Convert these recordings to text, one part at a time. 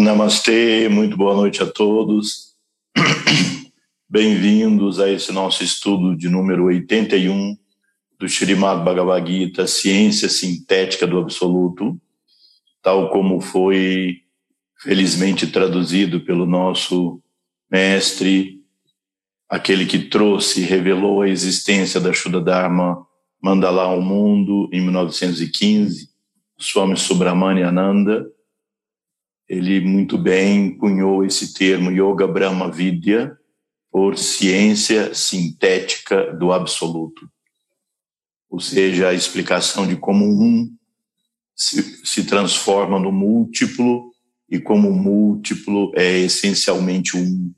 Namastê, muito boa noite a todos. Bem-vindos a esse nosso estudo de número 81 do Śrīmad Bhagavad Gita, Ciência Sintética do Absoluto, tal como foi felizmente traduzido pelo nosso mestre, aquele que trouxe e revelou a existência da Shuddha Dharma Mandala ao mundo em 1915, Swami Subramaniananda. Ele muito bem cunhou esse termo Yoga Brahma Vidya por ciência sintética do absoluto, ou seja, a explicação de como um se transforma no múltiplo e como o múltiplo é essencialmente um.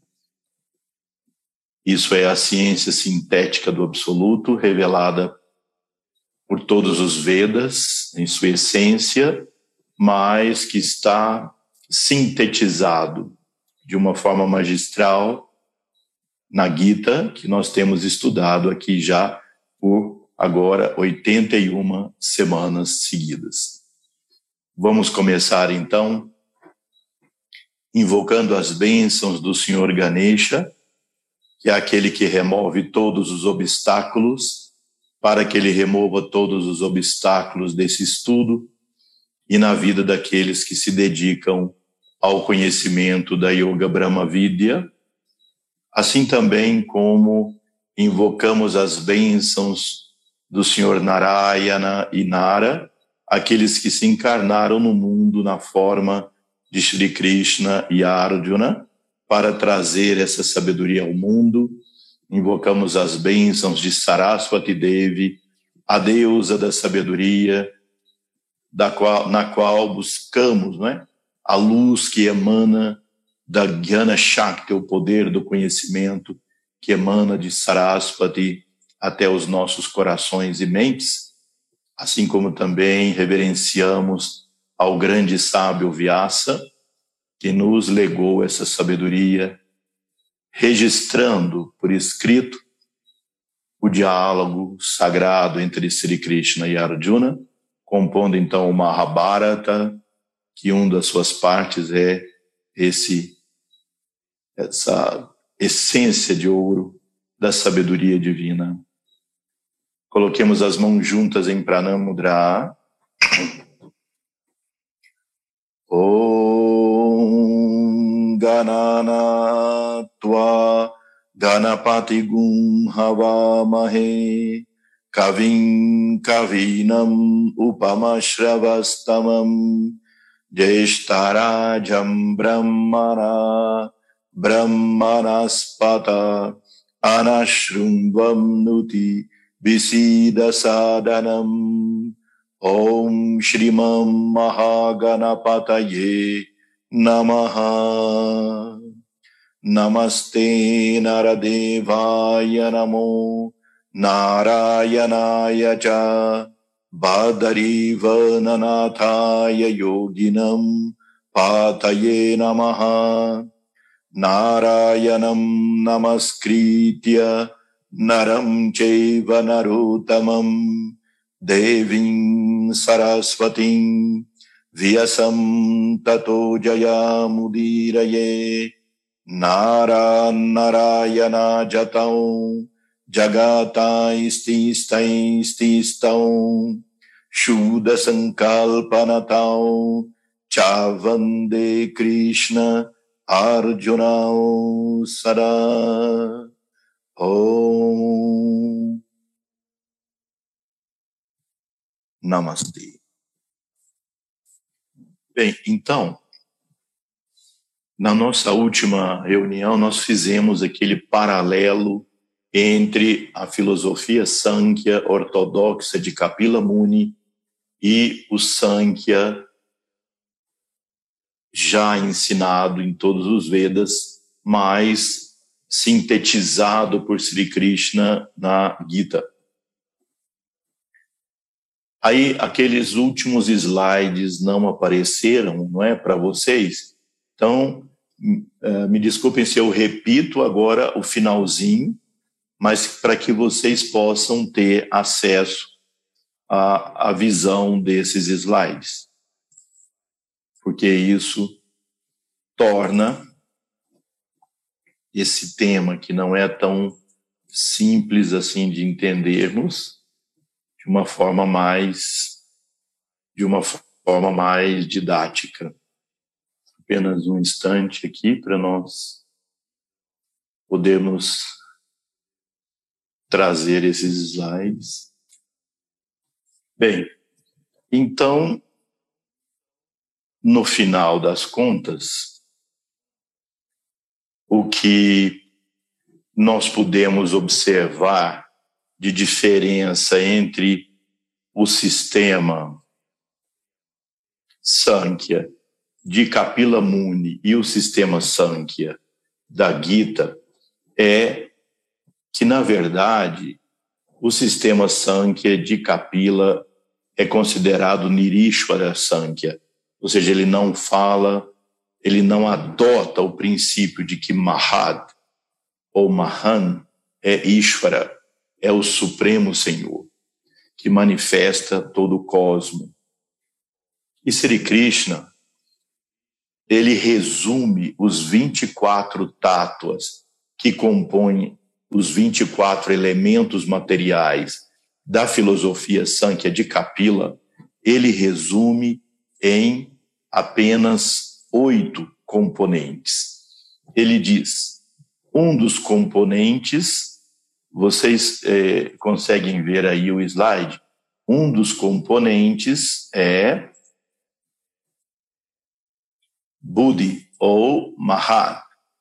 Isso é a ciência sintética do absoluto, revelada por todos os Vedas em sua essência, mas que está sintetizado de uma forma magistral na Gita, que nós temos estudado aqui já por agora 81 semanas seguidas. Vamos começar então invocando as bênçãos do Senhor Ganesha, que é aquele que remove todos os obstáculos, para que ele remova todos os obstáculos desse estudo e na vida daqueles que se dedicam ao conhecimento da Yoga Brahma Vidya, assim também como invocamos as bênçãos do Senhor Narayana e Nara, aqueles que se encarnaram no mundo na forma de Shri Krishna e Arjuna, para trazer essa sabedoria ao mundo. Invocamos as bênçãos de Saraswati Devi, a deusa da sabedoria, na qual buscamos, não é? A luz que emana da Jnana Shakti, o poder do conhecimento que emana de Saraswati até os nossos corações e mentes, assim como também reverenciamos ao grande sábio Vyasa, que nos legou essa sabedoria, registrando por escrito o diálogo sagrado entre Sri Krishna e Arjuna, compondo então o Mahabharata, que uma das suas partes é essa essência de ouro da sabedoria divina. Coloquemos as mãos juntas em Pranamudra. Om Ganana Tva Ganapati Gum Havamahe Kavim Kavinam Upamashravastamam Jeshtarajam Brahmanaspata Anashrumbam Nuti Visida Sadanam Om Shrimam Mahaganapataye Namaha. Namaste Naradevaya Namo Narayanaya Cha Bhadariva Nanathaya Yoginam Pataye Namaha. Narayanam Namaskritya Naram Chaiva Narotamam Devim Saraswatim Vyasam Tato Jayamudiraye. Narayana Jatau Jagata Ististau Shuddha Sankalpanatau Chavande Krishna Arjuna Sada. Om Namastê. Bem, então, na nossa última reunião, nós fizemos aquele paralelo entre a filosofia Sankhya ortodoxa de Kapila Muni e o Sankhya já ensinado em todos os Vedas, mas sintetizado por Sri Krishna na Gita. Aí, aqueles últimos slides não apareceram, não é, para vocês? Então, me desculpem se eu repito agora o finalzinho, mas para que vocês possam ter acesso à visão desses slides. Porque isso torna esse tema, que não é tão simples assim de entendermos, de uma forma mais didática. Apenas um instante aqui para nós podermos trazer esses slides. Bem, então, no final das contas, o que nós podemos observar de diferença entre o sistema Sankhya de Kapila Muni e o sistema Sankhya da Gita é que, na verdade, o sistema Sankhya de Kapila é considerado Nirishwara Sankhya, ou seja, ele não fala, ele não adota o princípio de que Mahad ou Mahan é Ishvara, é o Supremo Senhor, que manifesta todo o cosmo. E Sri Krishna, ele resume os 24 tátuas que compõem os 24 elementos materiais da filosofia Sankhya de Kapila, ele resume em apenas 8 componentes. Ele diz, um dos componentes, vocês conseguem ver aí o slide, um dos componentes é Buddhi ou Mahad.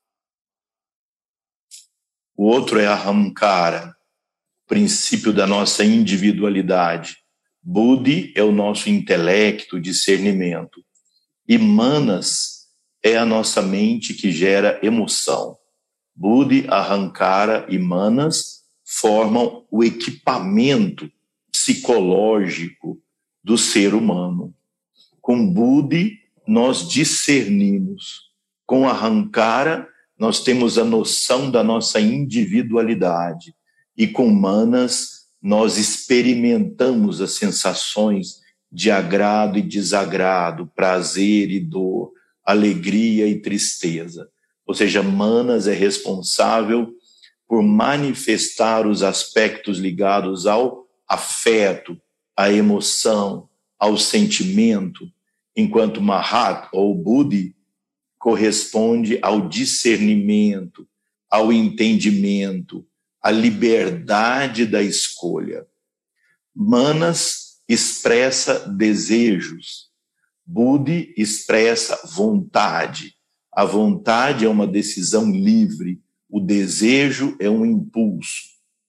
O outro é Ahamkara, princípio da nossa individualidade. Buddhi é o nosso intelecto, discernimento. E Manas é a nossa mente que gera emoção. Buddhi, Ahamkara e Manas formam o equipamento psicológico do ser humano. Com Buddhi, nós discernimos. Com Ahamkara, nós temos a noção da nossa individualidade. E com Manas, nós experimentamos as sensações de agrado e desagrado, prazer e dor, alegria e tristeza. Ou seja, Manas é responsável por manifestar os aspectos ligados ao afeto, à emoção, ao sentimento, enquanto Mahat, ou Buddhi, corresponde ao discernimento, ao entendimento, à liberdade da escolha. Manas expressa desejos, Buddhi expressa vontade. A vontade é uma decisão livre, o desejo é um impulso.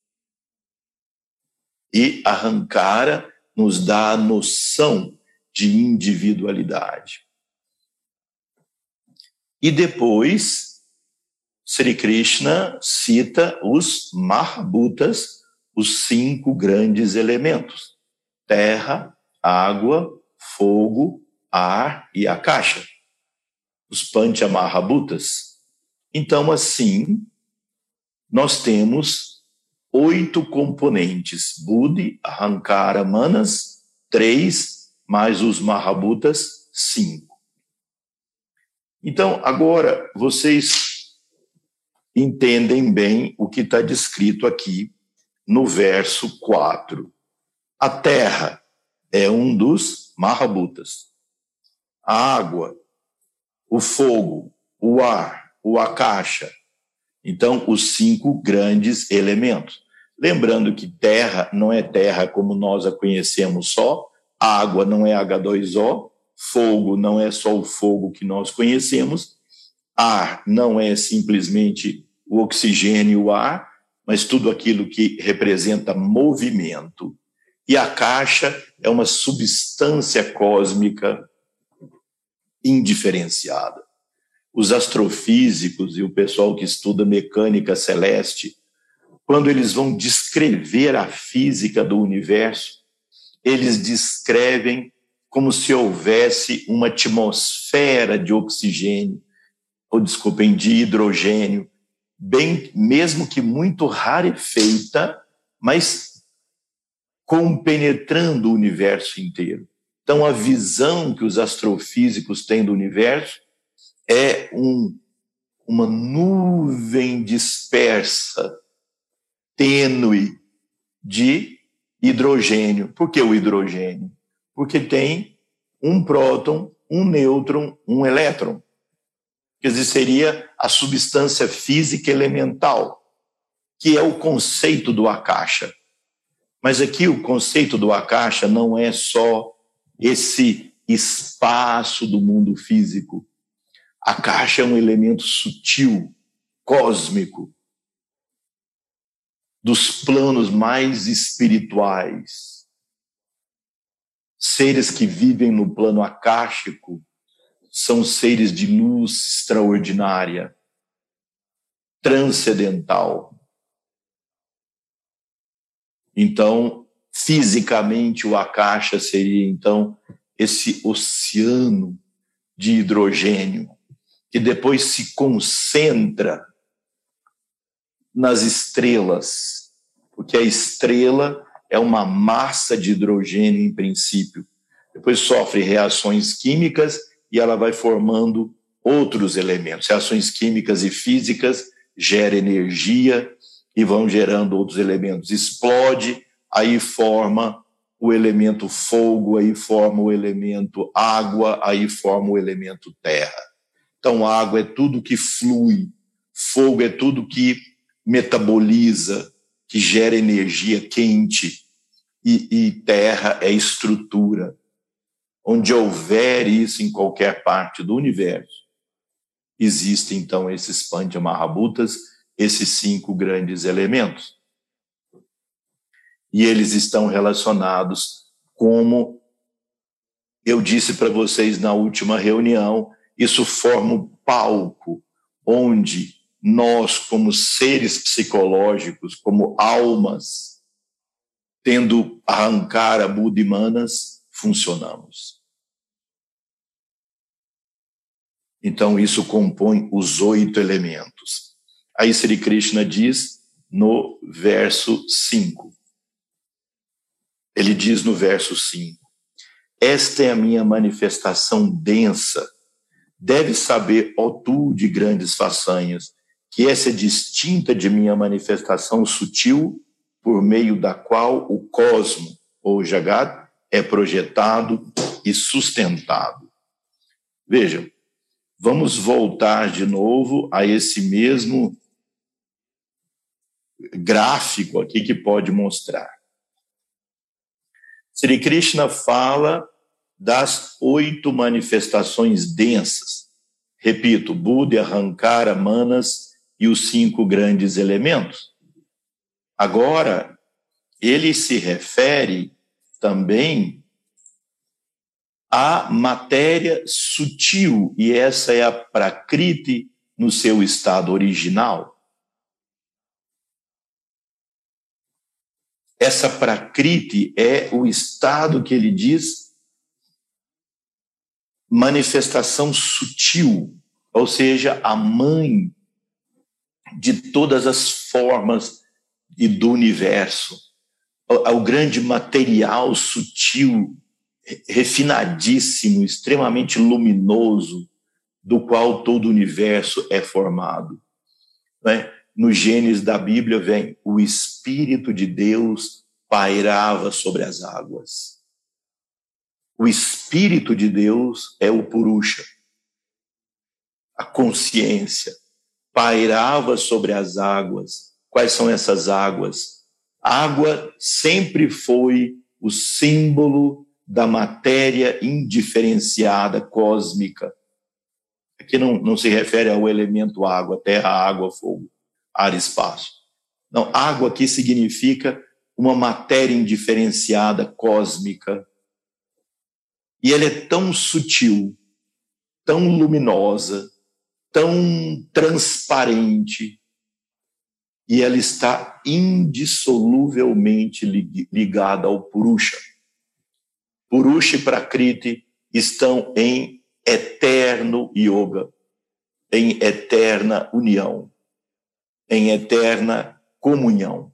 E Ahamkara nos dá a noção de individualidade. E depois, Sri Krishna cita os Mahabhutas, os 5 grandes elementos: terra, água, fogo, ar e akasha. Os Pancha Mahabhutas. Então, assim, nós temos 8 componentes: Buddhi, Ahamkara, Manas, 3, mais os Mahabhutas, 5. Então, agora, vocês entendem bem o que está descrito aqui no verso 4. A terra é um dos Mahabhutas. A água, o fogo, o ar, o akasha. Então, os 5 grandes elementos. Lembrando que terra não é terra como nós a conhecemos só, água não é H2O, fogo não é só o fogo que nós conhecemos, ar não é simplesmente o oxigênio e o ar, mas tudo aquilo que representa movimento. E a akasha é uma substância cósmica indiferenciada. Os astrofísicos e o pessoal que estuda mecânica celeste, quando eles vão descrever a física do universo, eles descrevem como se houvesse uma atmosfera de oxigênio, ou desculpem, de hidrogênio, bem, mesmo que muito rarefeita, mas compenetrando o universo inteiro. Então, a visão que os astrofísicos têm do universo é uma nuvem dispersa, tênue, de hidrogênio. Por que o hidrogênio? Porque tem um próton, um nêutron, um elétron. Quer dizer, seria a substância física elemental, que é o conceito do Akasha. Mas aqui o conceito do Akasha não é só esse espaço do mundo físico. Akasha é um elemento sutil, cósmico, dos planos mais espirituais. Seres que vivem no plano akáshico são seres de luz extraordinária, transcendental. Então, fisicamente, o Akasha seria, então, esse oceano de hidrogênio, que depois se concentra nas estrelas, porque a estrela é uma massa de hidrogênio em princípio. Depois sofre reações químicas e ela vai formando outros elementos. Reações químicas e físicas geram energia e vão gerando outros elementos. Explode, aí forma o elemento fogo, aí forma o elemento água, aí forma o elemento terra. Então, água é tudo que flui, fogo é tudo que metaboliza, que gera energia quente, e terra é estrutura. Onde houver isso em qualquer parte do universo, existem então esses Panchamahabhutas, esses 5 grandes elementos. E eles estão relacionados, como eu disse para vocês na última reunião, isso forma um palco onde nós, como seres psicológicos, como almas, tendo Ahankara, Buddha e Manas, funcionamos. Então, isso compõe os 8 elementos. Aí Sri Krishna diz no verso 5. Ele diz no verso 5, esta é a minha manifestação densa. Deve saber, ó tu de grandes façanhas, que essa é distinta de minha manifestação sutil, por meio da qual o cosmo, ou Jagat, é projetado e sustentado. Vejam, vamos voltar de novo a esse mesmo gráfico aqui que pode mostrar. Sri Krishna fala das 8 manifestações densas. Repito, Buddha, Ahankara, Manas e os 5 grandes elementos. Agora, ele se refere também à matéria sutil, e essa é a Prakriti no seu estado original. Essa Prakriti é o estado que ele diz manifestação sutil, ou seja, a mãe de todas as formas e do universo, o grande material sutil, refinadíssimo, extremamente luminoso, do qual todo o universo é formado. Né? No Gênesis da Bíblia vem, o Espírito de Deus pairava sobre as águas. O Espírito de Deus é o Purusha, a consciência, pairava sobre as águas. Quais são essas águas? Água sempre foi o símbolo da matéria indiferenciada cósmica. Aqui não se refere ao elemento água, terra, água, fogo, ar, espaço. Não, água aqui significa uma matéria indiferenciada cósmica. E ela é tão sutil, tão luminosa, tão transparente, e ela está indissoluvelmente ligada ao Purusha. Purusha e Prakriti estão em eterno yoga, em eterna união, em eterna comunhão.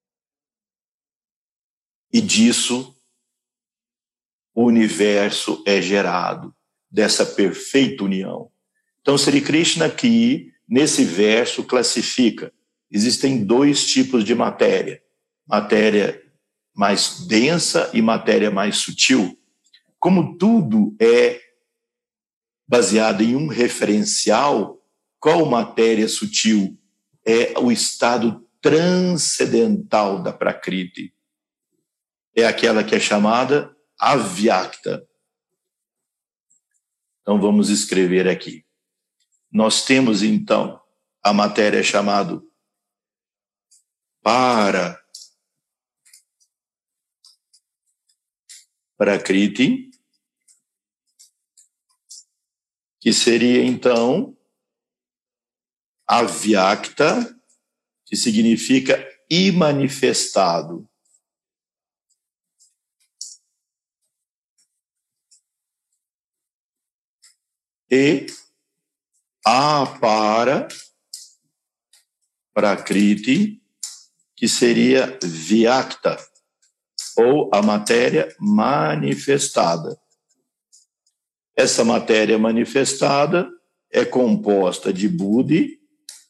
E disso o universo é gerado, dessa perfeita união. Então, Sri Krishna aqui, nesse verso, classifica. Existem dois tipos de matéria. Matéria mais densa e matéria mais sutil. Como tudo é baseado em um referencial, qual matéria sutil? É o estado transcendental da Prakriti. É aquela que é chamada avyakta. Então, vamos escrever aqui. Nós temos, então, a matéria chamada para Prakriti, que seria, então, avyakta, que significa imanifestado. E apara Prakriti, que seria vyakta, ou a matéria manifestada. Essa matéria manifestada é composta de buddhi,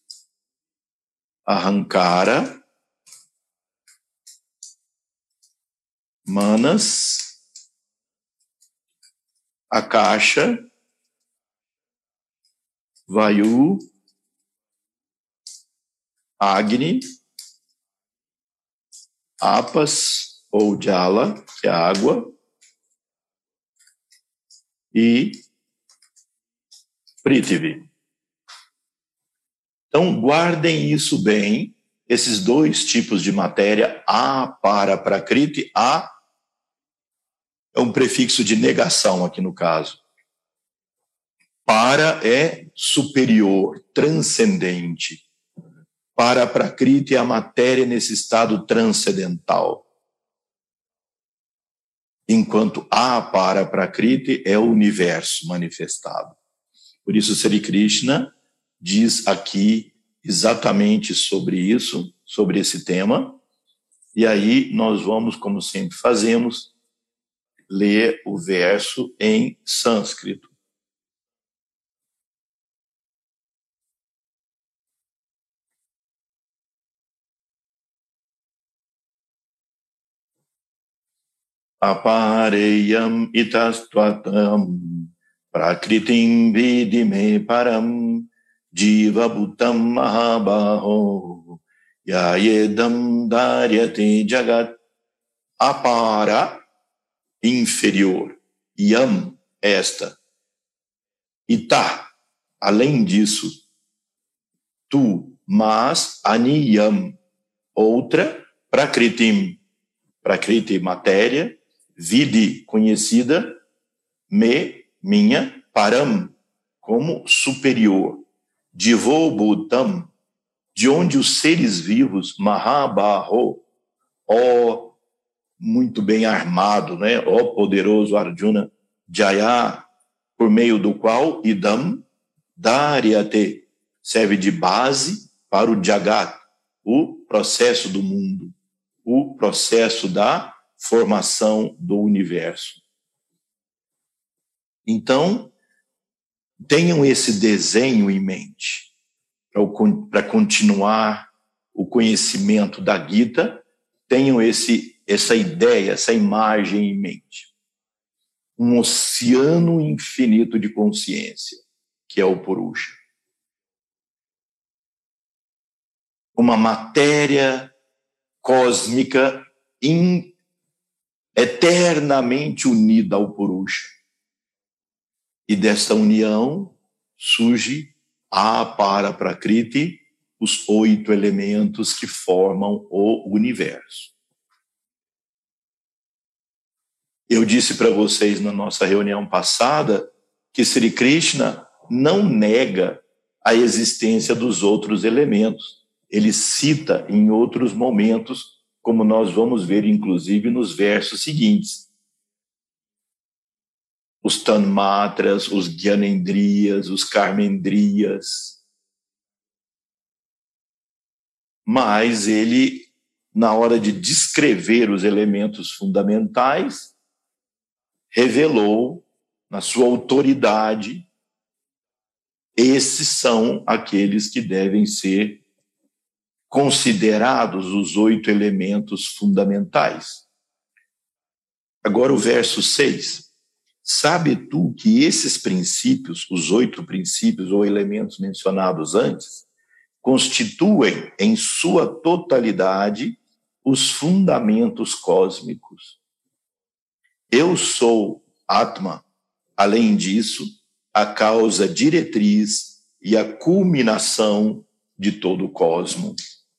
ahankara, manas, akasha, vayu, agni, apas ou jala, que é a água, e prithvi. Então, guardem isso bem, esses dois tipos de matéria, para Prakriti, a é um prefixo de negação aqui no caso. Para é superior, transcendente. Para Prakriti é a matéria nesse estado transcendental. Enquanto para Prakriti é o universo manifestado. Por isso, Sri Krishna diz aqui exatamente sobre isso, sobre esse tema. E aí nós vamos, como sempre fazemos, ler o verso em sânscrito. Apareyam itastvatam prakritim vidime param jiva bhutam mahabaho yayedam daryate jagat. Apara, inferior, yam, esta, ita, além disso, tu, mas, aniyam, outra, prakritim, prakriti, matéria, vidi, conhecida, me, minha, param, como superior, divo bhutam, de onde os seres vivos, mahabaho, ó muito bem armado, né? Ó poderoso Arjuna, Jaya, por meio do qual idam daryate serve de base para o Jagat, o processo do mundo, o processo da formação do universo. Então, tenham esse desenho em mente para continuar o conhecimento da Gita, tenham essa ideia, essa imagem em mente. Um oceano infinito de consciência, que é o Purusha. Uma matéria cósmica eternamente unida ao Purusha. E desta união surge para Prakriti, os 8 elementos que formam o universo. Eu disse para vocês na nossa reunião passada que Sri Krishna não nega a existência dos outros elementos. Ele cita em outros momentos, como nós vamos ver, inclusive, nos versos seguintes. Os tanmatras, os gyanendriyas, os karmendriyas. Mas ele, na hora de descrever os elementos fundamentais, revelou, na sua autoridade, Esses são aqueles que devem ser considerados os 8 elementos fundamentais. Agora o verso 6. Sabe tu que esses princípios, os 8 princípios ou elementos mencionados antes, constituem em sua totalidade os fundamentos cósmicos. Eu sou Atma, além disso, a causa diretriz e a culminação de todo o cosmo.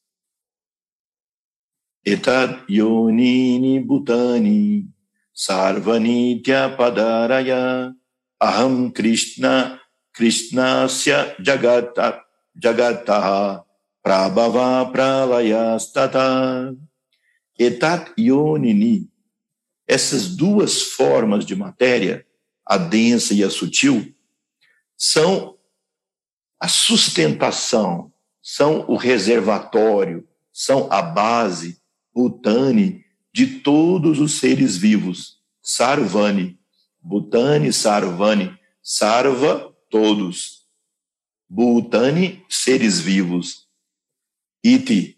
Etat yonini bhutani sarvanitya padaraya aham krishnasya jagataha prabhava pralayastata. Etat yonini. Essas 2 formas de matéria, a densa e a sutil, são a sustentação, são o reservatório, são a base, Bhutani, de todos os seres vivos. Sarvani, Bhutani, Sarvani, Sarva, todos. Bhutani, seres vivos. Iti,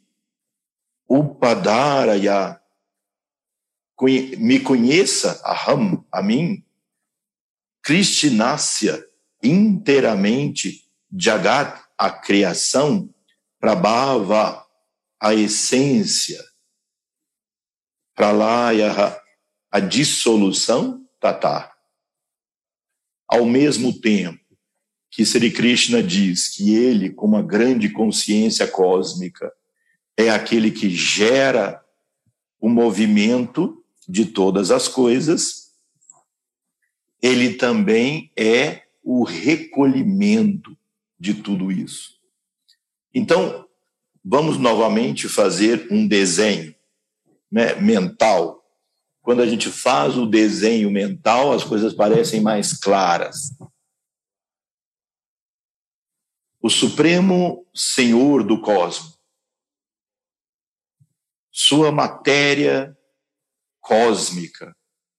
Upadaraya, me conheça, aham, a mim, Krishnasya, inteiramente, Jagat, a criação, Prabhava, a essência, Pralaya, a dissolução, Tata. Ao mesmo tempo que Sri Krishna diz que ele, com uma grande consciência cósmica, é aquele que gera o movimento de todas as coisas, ele também é o recolhimento de tudo isso. Então, vamos novamente fazer um desenho, né, mental. Quando a gente faz o desenho mental, as coisas parecem mais claras. O Supremo Senhor do Cosmos, sua matéria cósmica,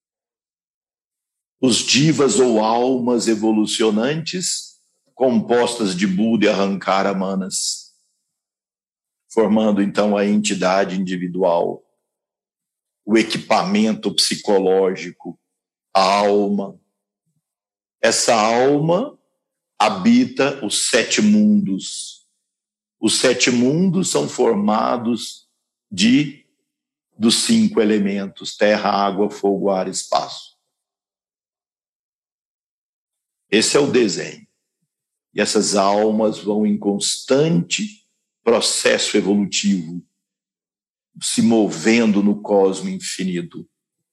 os divas ou almas evolucionantes, compostas de Buda e Ahankara Manas, formando então a entidade individual, o equipamento psicológico, a alma. Essa alma habita os 7 mundos. Os 7 mundos são formados dos 5 elementos: terra, água, fogo, ar, espaço. Esse é o desenho. E essas almas vão em constante processo evolutivo, se movendo no cosmo infinito,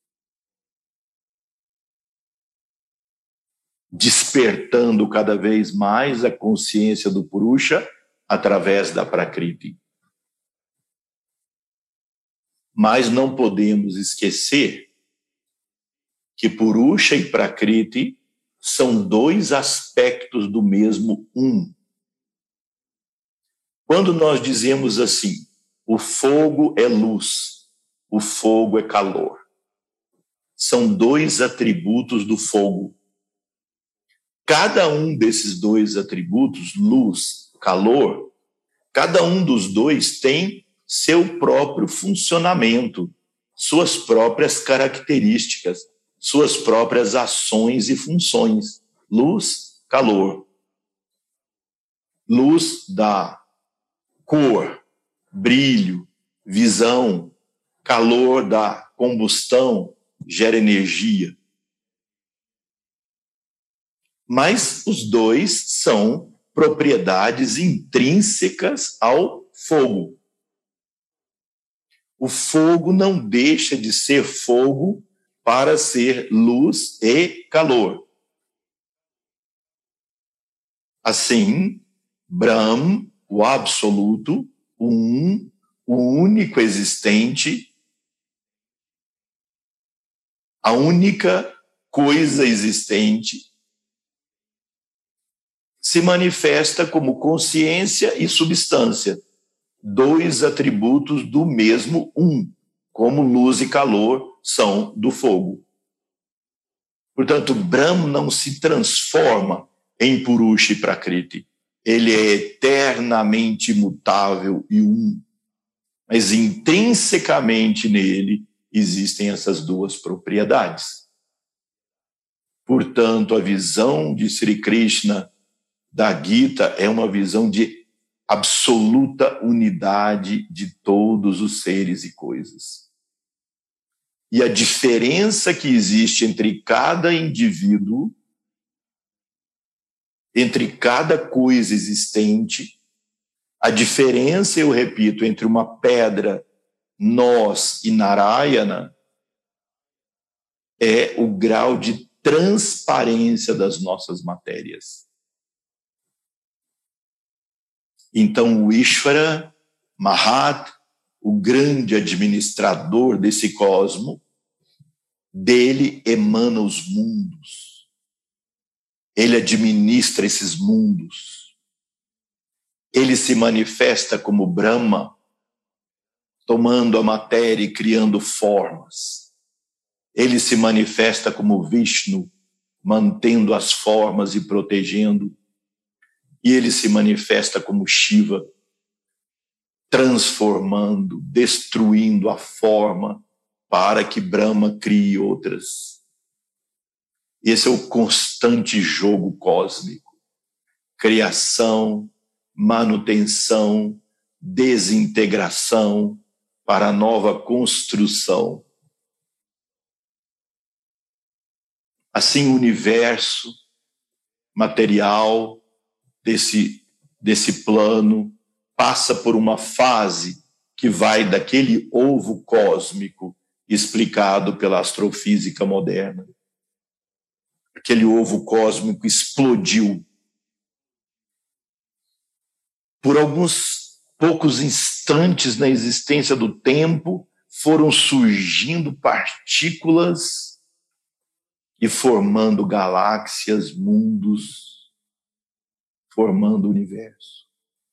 despertando cada vez mais a consciência do Purusha através da Prakriti. Mas não podemos esquecer que Purusha e Prakriti são 2 aspectos do mesmo um. Quando nós dizemos assim, o fogo é luz, o fogo é calor, são 2 atributos do fogo. Cada um desses 2 atributos, luz, calor, cada um dos 2 tem seu próprio funcionamento, suas próprias características, suas próprias ações e funções. Luz, calor. Luz dá cor, brilho, visão. Calor dá combustão, gera energia. Mas os 2 são propriedades intrínsecas ao fogo. O fogo não deixa de ser fogo para ser luz e calor. Assim, Brahm, o absoluto, o único existente, a única coisa existente, se manifesta como consciência e substância, 2 atributos do mesmo um, como luz e calor são do fogo. Portanto, Brahma não se transforma em Purusha e Prakriti. Ele é eternamente imutável e um. Mas intrinsecamente nele existem essas duas propriedades. Portanto, a visão de Sri Krishna da Gita é uma visão de absoluta unidade de todos os seres e coisas. E a diferença que existe entre cada indivíduo, entre cada coisa existente, a diferença, eu repito, entre uma pedra, nós e Narayana, é o grau de transparência das nossas matérias. Então, o Ishvara, Mahat, o grande administrador desse cosmo, dele emana os mundos. Ele administra esses mundos. Ele se manifesta como Brahma, tomando a matéria e criando formas. Ele se manifesta como Vishnu, mantendo as formas e protegendo. E ele se manifesta como Shiva, transformando, destruindo a forma para que Brahma crie outras. Esse é o constante jogo cósmico. Criação, manutenção, desintegração para a nova construção. Assim, o universo material desse plano passa por uma fase que vai daquele ovo cósmico explicado pela astrofísica moderna. Aquele ovo cósmico explodiu. Por alguns poucos instantes na existência do tempo, foram surgindo partículas e formando galáxias, mundos, formando o universo.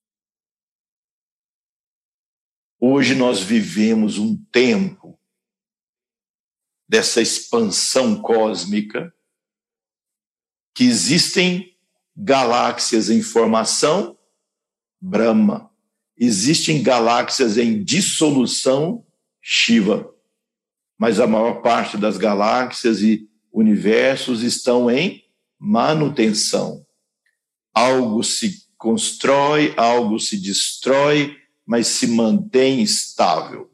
Hoje nós vivemos um tempo dessa expansão cósmica, que existem galáxias em formação, Brahma. Existem galáxias em dissolução, Shiva. Mas a maior parte das galáxias e universos estão em manutenção. Algo se constrói, algo se destrói, mas se mantém estável.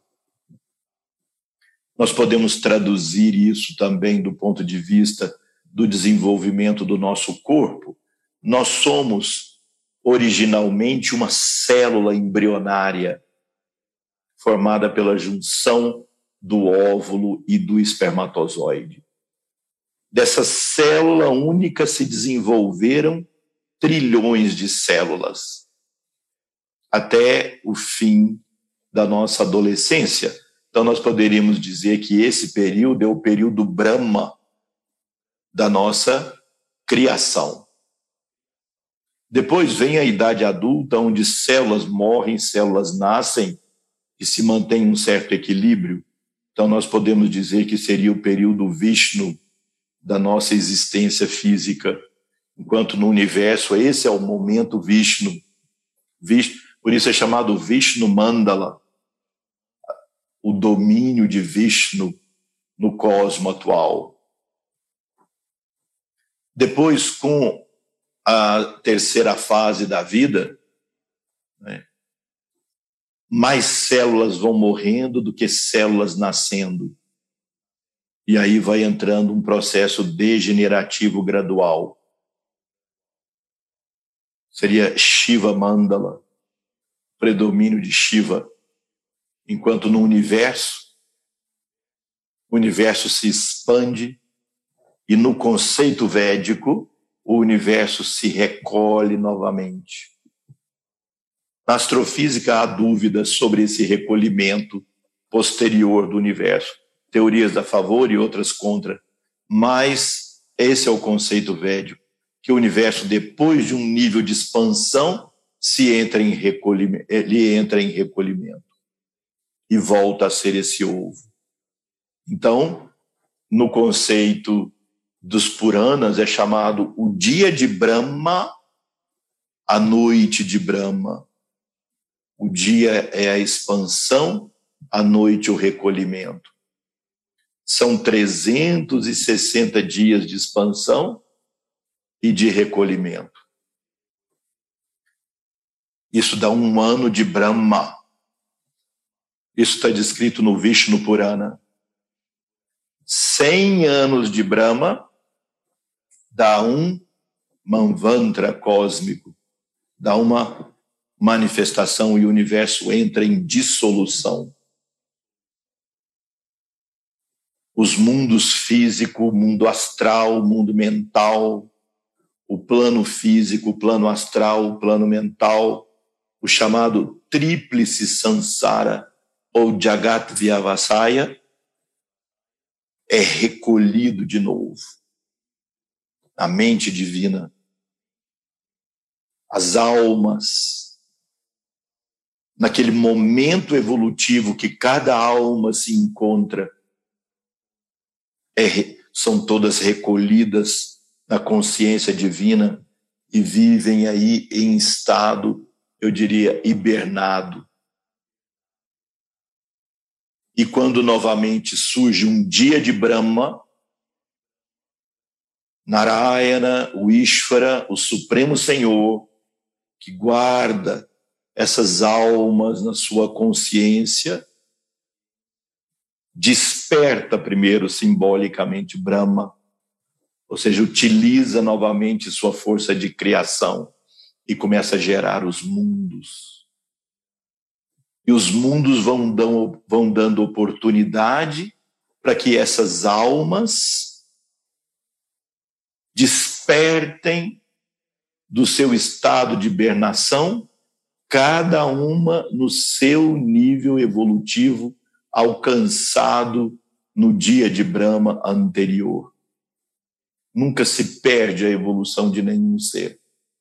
Nós podemos traduzir isso também do ponto de vista do desenvolvimento do nosso corpo. Nós somos originalmente uma célula embrionária formada pela junção do óvulo e do espermatozoide. Dessa célula única se desenvolveram trilhões de células até o fim da nossa adolescência. Então nós poderíamos dizer que esse período é o período Brahma da nossa criação. Depois vem a idade adulta, onde células morrem, células nascem e se mantém um certo equilíbrio. Então nós podemos dizer que seria o período Vishnu da nossa existência física, enquanto no universo esse é o momento Vishnu. Por isso é chamado Vishnu Mandala, o domínio de Vishnu no cosmo atual. Depois, com a terceira fase da vida, né, mais células vão morrendo do que células nascendo. E aí vai entrando um processo degenerativo gradual. Seria Shiva Mandala, predomínio de Shiva. Enquanto no universo, o universo se expande e no conceito védico, o universo se recolhe novamente. Na astrofísica há dúvidas sobre esse recolhimento posterior do universo. Teorias a favor e outras contra. Mas esse é o conceito védico, que o universo, depois de um nível de expansão, ele entra em recolhimento e volta a ser esse ovo. Então, no conceito dos Puranas é chamado o dia de Brahma, a noite de Brahma. O dia é a expansão, a noite o recolhimento. São 360 dias de expansão e de recolhimento. Isso dá um ano de Brahma. Isso está descrito no Vishnu Purana. 100 anos de Brahma dá um Manvantra cósmico, dá uma manifestação e o universo entra em dissolução. Os mundos físico, mundo astral, mundo mental, o plano físico, o plano astral, o plano mental, o chamado tríplice samsara ou Jagat Vyavasaya, é recolhido de novo na mente divina. As almas, naquele momento evolutivo que cada alma se encontra, são todas recolhidas na consciência divina e vivem aí em estado, eu diria, hibernado. E quando novamente surge um dia de Brahma, Narayana, o Ishvara, o Supremo Senhor, que guarda essas almas na sua consciência, desperta primeiro simbolicamente Brahma, ou seja, utiliza novamente sua força de criação e começa a gerar os mundos. E os mundos vão dando oportunidade para que essas almas despertem do seu estado de hibernação, cada uma no seu nível evolutivo alcançado no dia de Brahma anterior. Nunca se perde a evolução de nenhum ser.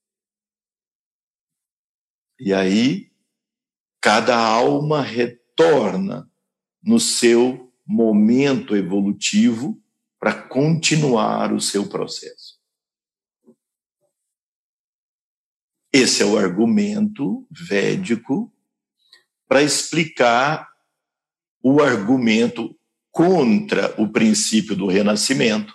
E aí, cada alma retorna no seu momento evolutivo para continuar o seu processo. Esse é o argumento védico para explicar o argumento contra o princípio do renascimento,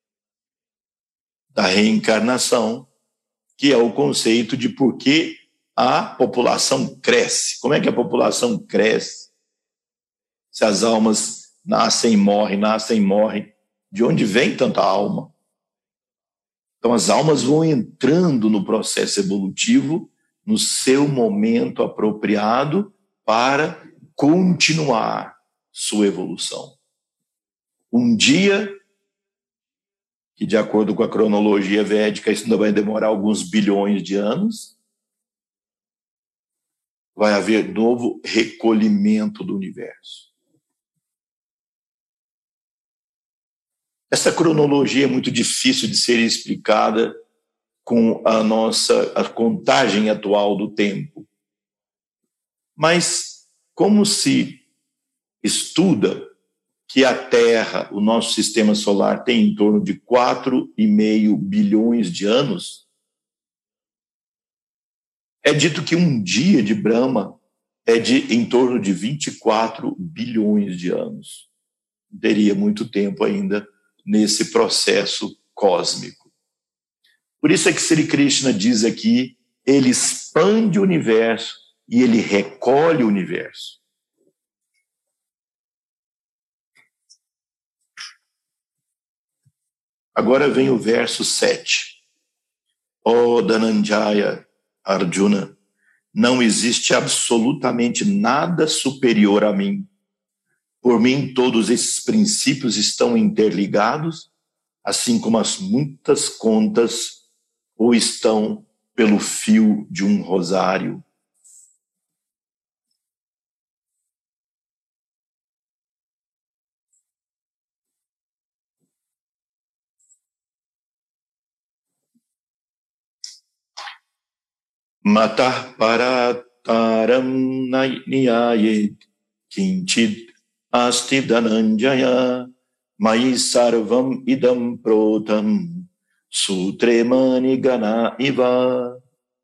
da reencarnação, que é o conceito de por que a população cresce. Como é que a população cresce? Se as almas nascem e morrem, de onde vem tanta alma? Então as almas vão entrando no processo evolutivo, no seu momento apropriado para continuar sua evolução. Um dia, que de acordo com a cronologia védica, isso ainda vai demorar alguns bilhões de anos, vai haver novo recolhimento do universo. Essa cronologia é muito difícil de ser explicada com a contagem atual do tempo. Mas como se estuda que a Terra, o nosso sistema solar, tem em torno de 4,5 bilhões de anos, é dito que um dia de Brahma é de em torno de 24 bilhões de anos. Teria muito tempo ainda nesse processo cósmico. Por isso é que Sri Krishna diz aqui, ele expande o universo e ele recolhe o universo. Agora vem o verso 7. Ó Dhananjaya, Arjuna, não existe absolutamente nada superior a mim. Por mim, todos esses princípios estão interligados, assim como as muitas contas ou estão pelo fio de um rosário. Matah parataram niyayet kinchid asti dhananjaya Mayi sarvam idam protam sutre mani gana iva.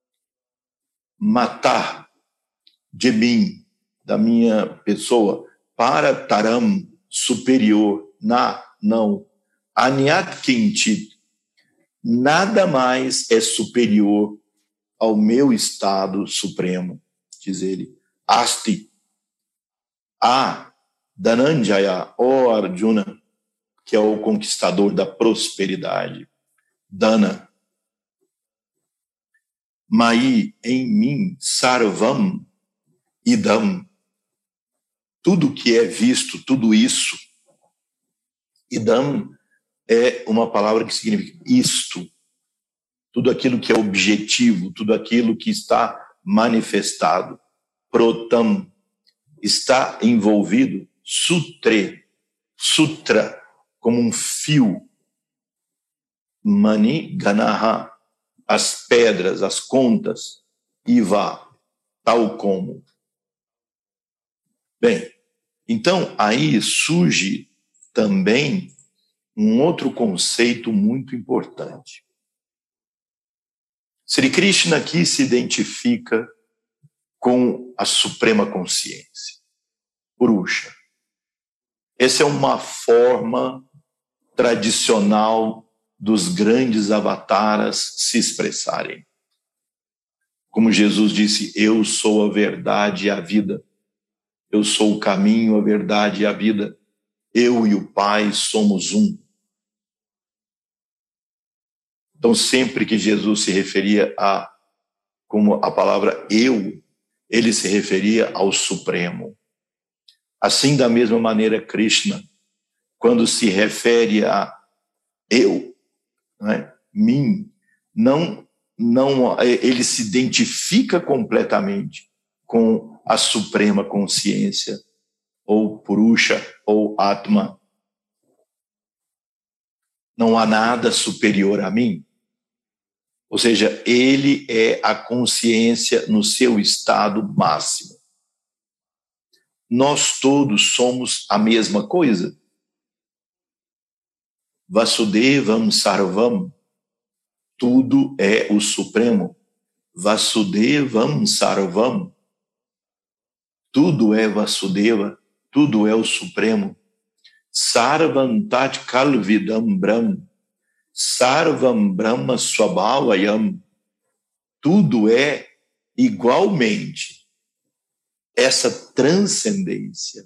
Matar de mim, da minha pessoa, para taram, superior, não, anyat kinchit, nada mais é superior ao meu estado supremo, diz ele. Asti, Dhananjaya, ó Arjuna, que é o conquistador da prosperidade. Dana. Mai, em mim, sarvam, idam, tudo que é visto, tudo isso. Idam é uma palavra que significa isto, tudo aquilo que é objetivo, tudo aquilo que está manifestado. Protam, está envolvido. Sutra, como um fio. Mani ganaha, as pedras, as contas. Iva, tal como. Bem, então aí surge também um outro conceito muito importante. Sri Krishna aqui se identifica com a suprema consciência, Purusha. Essa é uma forma tradicional dos grandes avataras se expressarem. Como Jesus disse, eu sou a verdade e a vida. Eu sou o caminho, a verdade e a vida. Eu e o Pai somos um. Então, sempre que Jesus se referia como a palavra eu, ele se referia ao Supremo. Assim, da mesma maneira, Krishna, quando se refere a eu, né, mim, não, ele se identifica completamente com a suprema consciência, ou Purusha, ou Atma. Não há nada superior a mim. Ou seja, ele é a consciência no seu estado máximo. Nós todos somos a mesma coisa. Vasudevam Sarvam, tudo é o Supremo. Vasudevam Sarvam, tudo é Vasudeva, tudo é o Supremo. Sarvam Tat Kalvidam Brahm, Sarvam Brahma Swabhavayam, tudo é igualmente essa transcendência.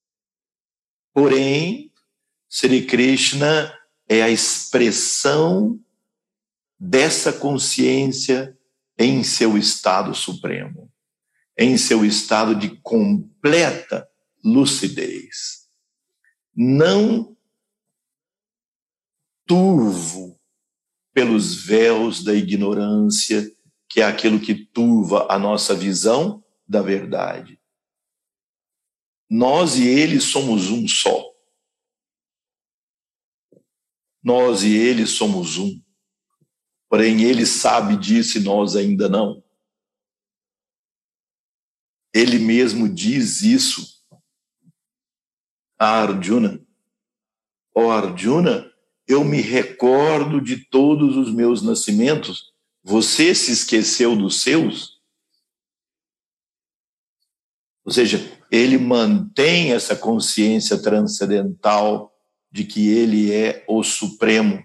Porém, Sri Krishna é a expressão dessa consciência em seu estado supremo, em seu estado de completa lucidez. Não turvo pelos véus da ignorância, que é aquilo que turva a nossa visão da verdade. Nós e ele somos um só. Nós e ele somos um. Porém, ele sabe disso e nós ainda não. Ele mesmo diz isso a Arjuna. Ó Arjuna, eu me recordo de todos os meus nascimentos. Você se esqueceu dos seus? Ou seja, ele mantém essa consciência transcendental de que ele é o Supremo.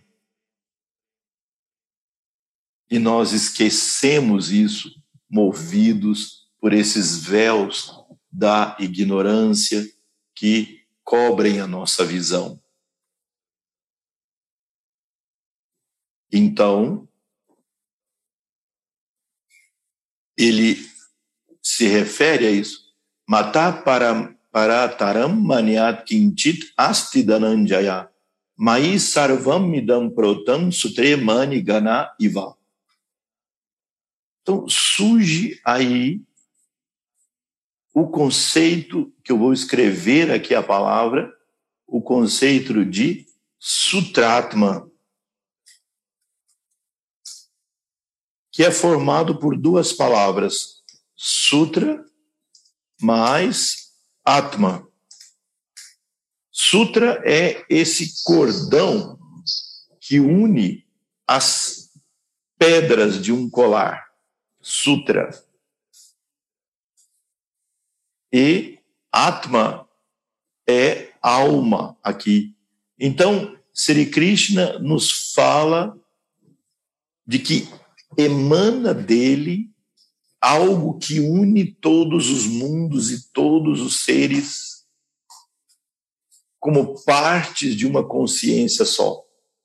E nós esquecemos isso, movidos por esses véus da ignorância que cobrem a nossa visão. Então, ele se refere a isso. Mata parataram maniat kinchit asti dhananjaya. Mai sarvam idam protam sutre mani gana iva. Então, surge aí o conceito, que eu vou escrever aqui a palavra, o conceito de Sutratma, que é formado por duas palavras, Sutra mais Atma. Sutra é esse cordão que une as pedras de um colar. Sutra. E Atma é alma aqui. Então, Sri Krishna nos fala de que emana dele algo que une todos os mundos e todos os seres como partes de uma consciência só.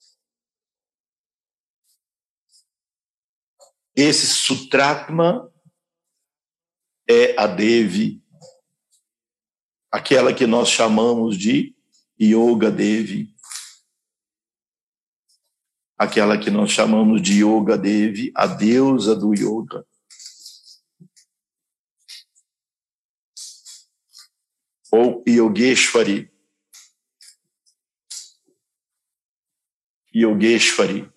Esse Sutratma é a Devi, aquela que nós chamamos de Yoga Devi. Aquela que nós chamamos de Yoga Devi, a deusa do yoga. Ou Yogeshwari. Yogeshwari.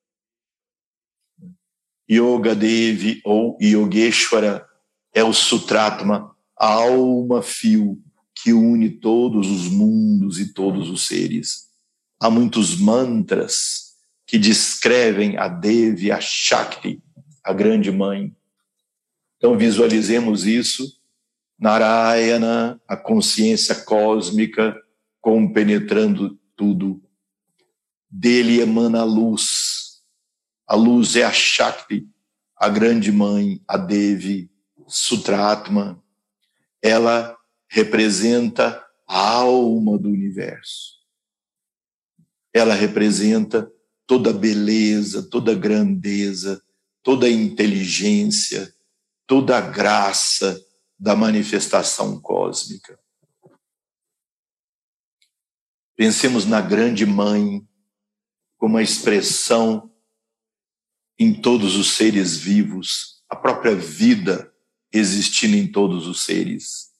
Yoga Devi ou Yogeshwara é o Sutratma, a alma fio que une todos os mundos e todos os seres. Há muitos mantras que descrevem a Devi, a Shakti, a grande mãe. Então visualizemos isso. Narayana, a consciência cósmica, compenetrando tudo. Dele emana a luz. A luz é a Shakti, a grande mãe, a Devi, Sutratma. Ela representa a alma do universo. Ela representa toda a beleza, toda a grandeza, toda a inteligência, toda a graça da manifestação cósmica. Pensemos na grande mãe como a expressão em todos os seres vivos, a própria vida existindo em todos os seres.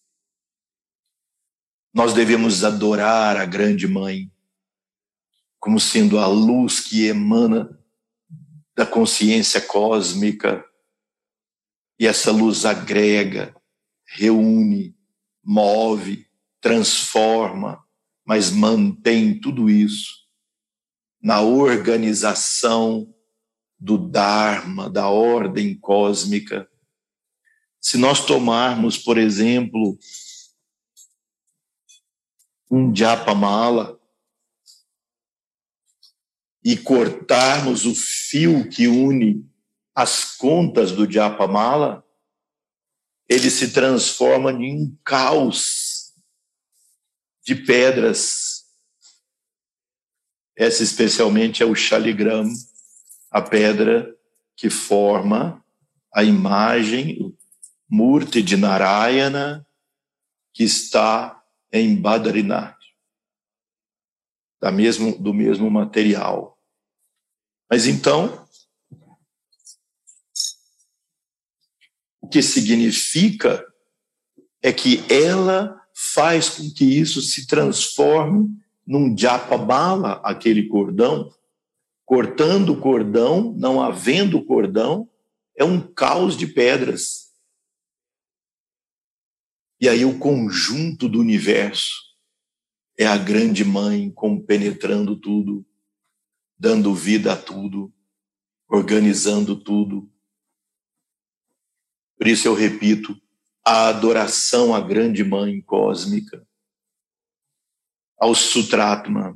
Nós devemos adorar a grande mãe como sendo a luz que emana da consciência cósmica, e essa luz agrega, reúne, move, transforma, mas mantém tudo isso na organização do Dharma, da ordem cósmica. Se nós tomarmos, por exemplo, um Japamala e cortarmos o fio que une as contas do Japamala, ele se transforma em um caos de pedras. Essa especialmente é o Shaligram, a pedra que forma a imagem Murti de Narayana, que está em Badrinath, do mesmo material. Mas então, o que significa é que ela faz com que isso se transforme num Japamala, aquele cordão. Cortando o cordão, não havendo cordão, é um caos de pedras. E aí o conjunto do universo é a grande mãe compenetrando tudo, dando vida a tudo, organizando tudo. Por isso eu repito, a adoração à grande mãe cósmica, ao Sutratma,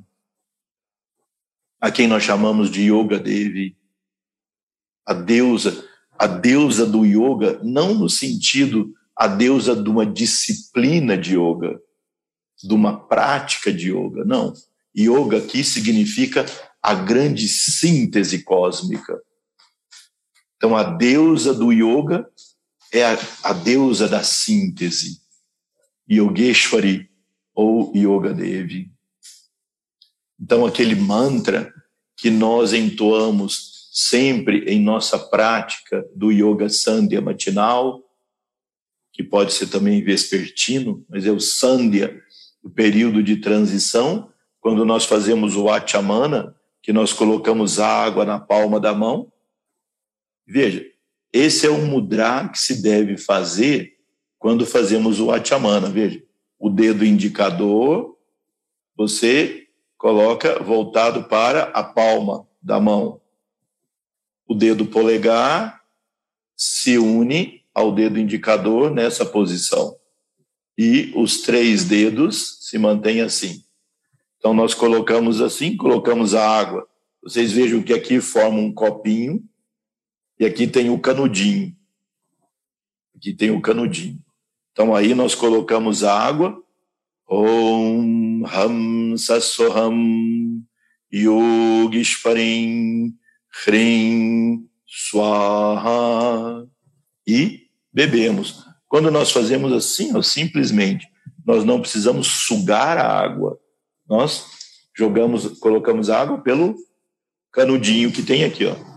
a quem nós chamamos de Yoga Devi, a deusa do yoga, não no sentido a deusa de uma disciplina de yoga, de uma prática de yoga, não. Yoga aqui significa a grande síntese cósmica. Então a deusa do yoga é a deusa da síntese, Yogeshwari ou Yoga Devi. Então aquele mantra que nós entoamos sempre em nossa prática do Yoga Sandhya matinal, que pode ser também vespertino, mas é o Sandhya, o período de transição, quando nós fazemos o Achamana, que nós colocamos água na palma da mão. Veja, esse é um mudra que se deve fazer quando fazemos o Achamana. Veja, o dedo indicador você coloca voltado para a palma da mão. O dedo polegar se une ao dedo indicador nessa posição. E os 3 dedos se mantêm assim. Então, nós colocamos assim, colocamos a água. Vocês vejam que aqui forma um copinho e aqui tem o canudinho. Aqui tem o canudinho. Então, aí nós colocamos a água. Om Ham Sasoham Yogishvarim Hrim Swaha. E bebemos. Quando nós fazemos assim, simplesmente, nós não precisamos sugar a água. Nós colocamos a água pelo canudinho que tem aqui, ó.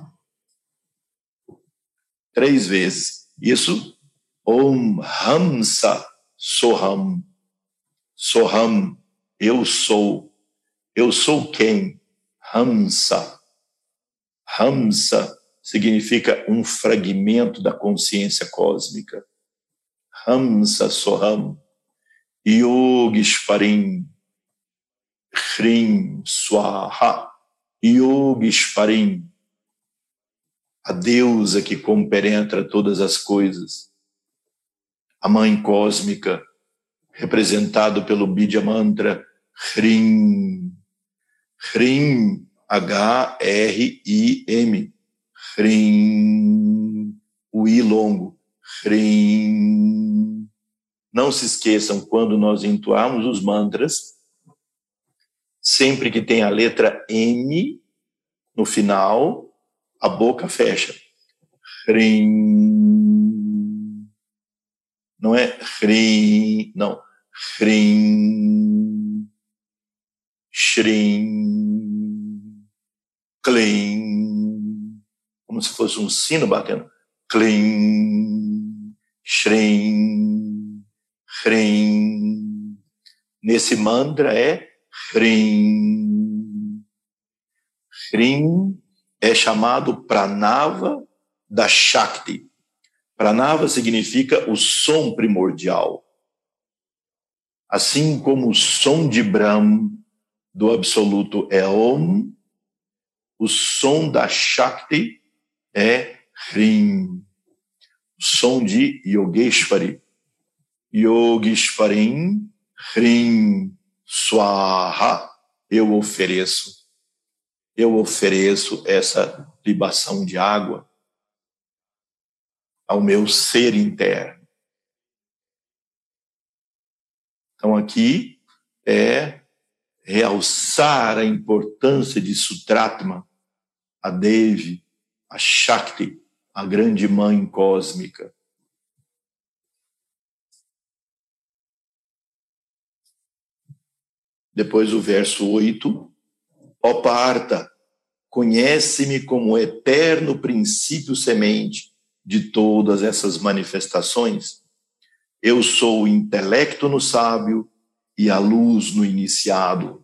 3 vezes. Isso, Om Hamsa Soham. Soham, eu sou. Eu sou quem? Hamsa. Hamsa significa um fragmento da consciência cósmica. Hamsa Soham. Yogishvarim. Hrim Swaha. Yogishvarim. A deusa que compenetra todas as coisas. A mãe cósmica, representado pelo Bidya Mantra Hrim. Hrim, H-R-I-M. Hrim, o I longo. Hrim. Não se esqueçam, quando nós entoarmos os mantras, sempre que tem a letra M no final, a boca fecha. Hrim. Não é Hrim, não. Hrim. Shrim. Klim. Como se fosse um sino batendo. Klim. Shrim. Hrim. Nesse mantra é Hrim. Hrim é chamado Pranava da Shakti. Pranava significa o som primordial. Assim como o som de Brahm do absoluto é Om, o som da Shakti é Hrim. O som de Yogeshwari. Yogeshwarim Hrim Swaha. Eu ofereço essa libação de água ao meu ser interno. Então aqui é realçar a importância de Sutratma, a Devi, a Shakti, a grande mãe cósmica. Depois o verso 8. Ó Partha, conhece-me como o eterno princípio semente de todas essas manifestações. Eu sou o intelecto no sábio e a luz no iniciado.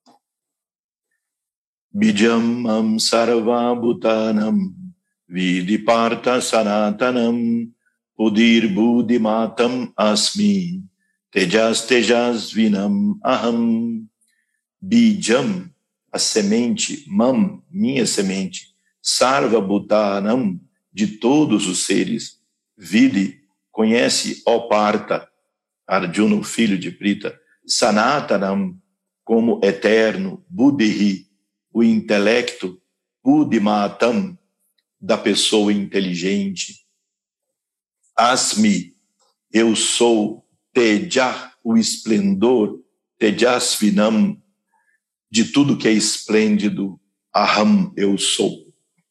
Bijam sarvabhutanam vidipartha sanatanam udir buddhimatam asmi tejas vinam aham. Bijam, a semente, mam, minha semente, sarvabhutanam, de todos os seres, vidi, conhece, ó Partha, Arjuna, o filho de Pritha, sanatanam, como eterno, buddhi, o intelecto, buddhimatam, da pessoa inteligente, asmi, eu sou, teja, o esplendor, tejasvinam, de tudo que é esplêndido, aham, eu sou.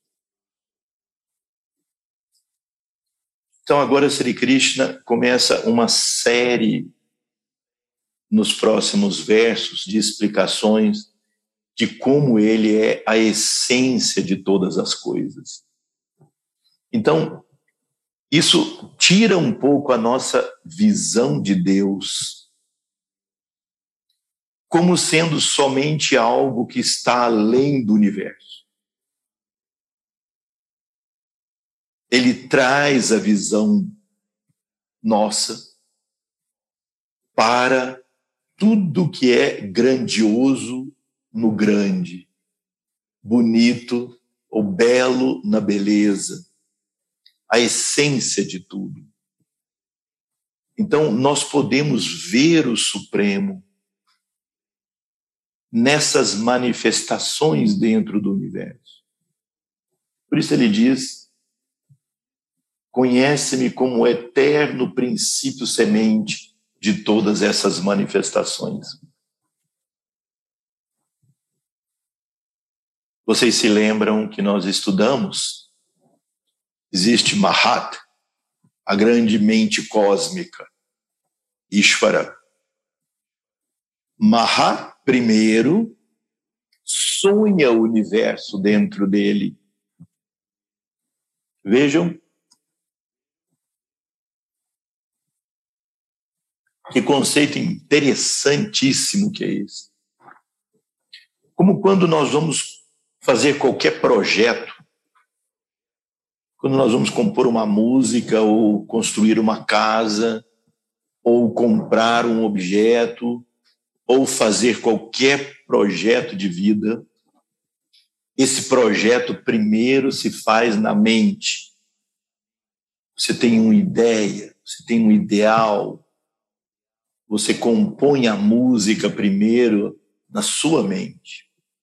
Então agora Sri Krishna começa uma série nos próximos versos de explicações de como ele é a essência de todas as coisas. Então, isso tira um pouco a nossa visão de Deus como sendo somente algo que está além do universo. Ele traz a visão nossa para tudo que é grandioso no grande, bonito ou belo na beleza, a essência de tudo. Então, nós podemos ver o Supremo nessas manifestações dentro do universo. Por isso ele diz: conhece-me como o eterno princípio semente de todas essas manifestações. Vocês se lembram que nós estudamos? Existe Mahat, a grande mente cósmica, Ishvara. Mahat, primeiro, sonha o universo dentro dele. Vejam que conceito interessantíssimo que é esse. Como quando nós vamos fazer qualquer projeto, quando nós vamos compor uma música, ou construir uma casa, ou comprar um objeto, ou fazer qualquer projeto de vida, esse projeto primeiro se faz na mente. Você tem uma ideia, você tem um ideal, você compõe a música primeiro na sua mente.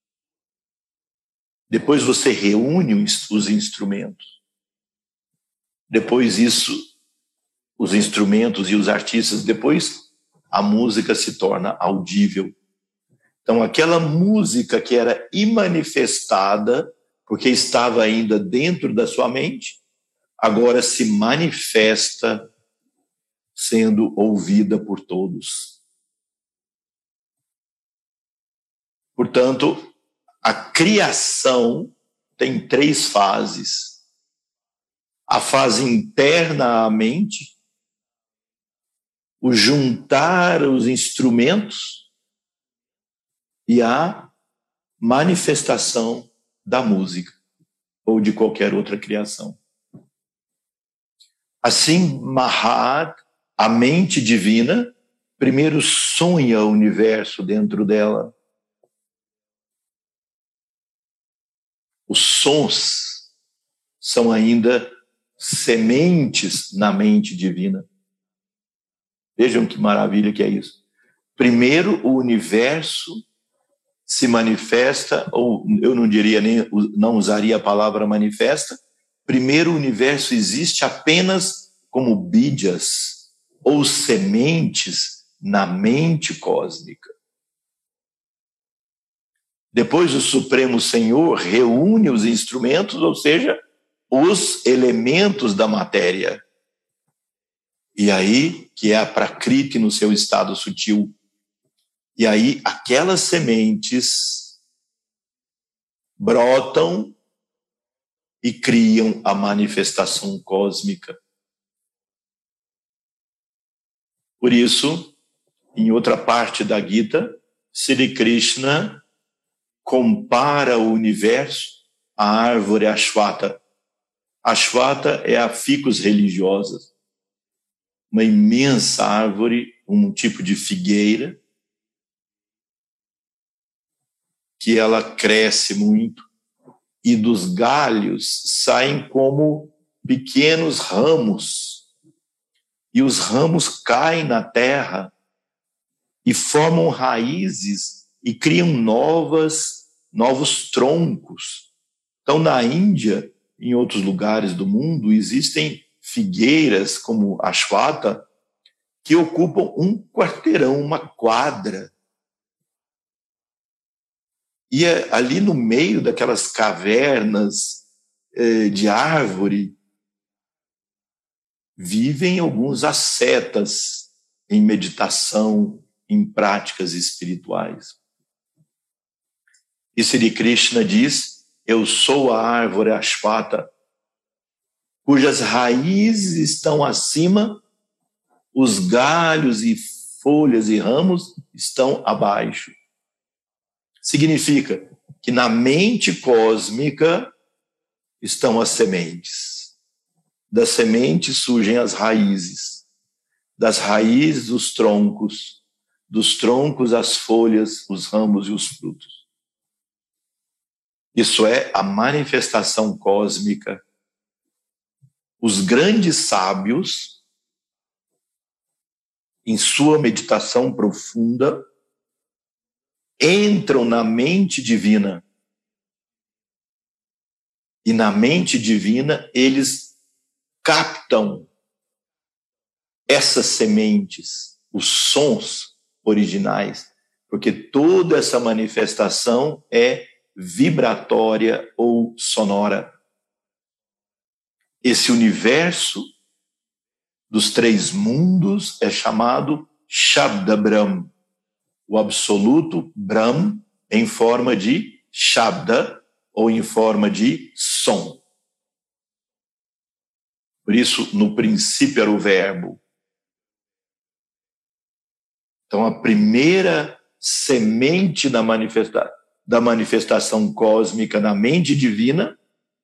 Depois você reúne os instrumentos. Depois os instrumentos e os artistas, depois a música se torna audível. Então, aquela música que era imanifestada, porque estava ainda dentro da sua mente, agora se manifesta sendo ouvida por todos. Portanto, a criação tem 3 fases. A fase interna à mente, o juntar os instrumentos e a manifestação da música ou de qualquer outra criação. Assim, Mahat, a mente divina, primeiro sonha o universo dentro dela. Os sons são ainda sementes na mente divina. Vejam que maravilha que é isso. Primeiro, o universo se manifesta, ou eu não diria nem, não usaria a palavra manifesta. Primeiro, o universo existe apenas como bídias, ou sementes na mente cósmica. Depois, o Supremo Senhor reúne os instrumentos, ou seja, os elementos da matéria. E aí, que é a Prakriti no seu estado sutil. E aí, aquelas sementes brotam e criam a manifestação cósmica. Por isso, em outra parte da Gita, Sri Krishna compara o universo à árvore Ashwata. Ashwata é a ficus religiosa, uma imensa árvore, um tipo de figueira, que ela cresce muito, e dos galhos saem como pequenos ramos, e os ramos caem na terra e formam raízes e criam novos troncos. Então, na Índia, em outros lugares do mundo, existem figueiras como a Ashwata que ocupam um quarteirão, uma quadra. E ali no meio daquelas cavernas de árvore, vivem alguns ascetas em meditação, em práticas espirituais. E Sri Krishna diz: eu sou a árvore Ashwata, cujas raízes estão acima, os galhos e folhas e ramos estão abaixo. Significa que na mente cósmica estão as sementes. Das sementes surgem as raízes. Das raízes, os troncos. dos troncos, as folhas, os ramos e os frutos. Isso é a manifestação cósmica. Os grandes sábios, em sua meditação profunda, entram na mente divina. E na mente divina, eles captam essas sementes, os sons originais, porque toda essa manifestação é vibratória ou sonora. Esse universo dos três mundos é chamado Shabda Brahm, o absoluto Brahm em forma de Shabda ou em forma de som. Por isso, no princípio era o verbo. Então, a primeira semente da manifestação cósmica na mente divina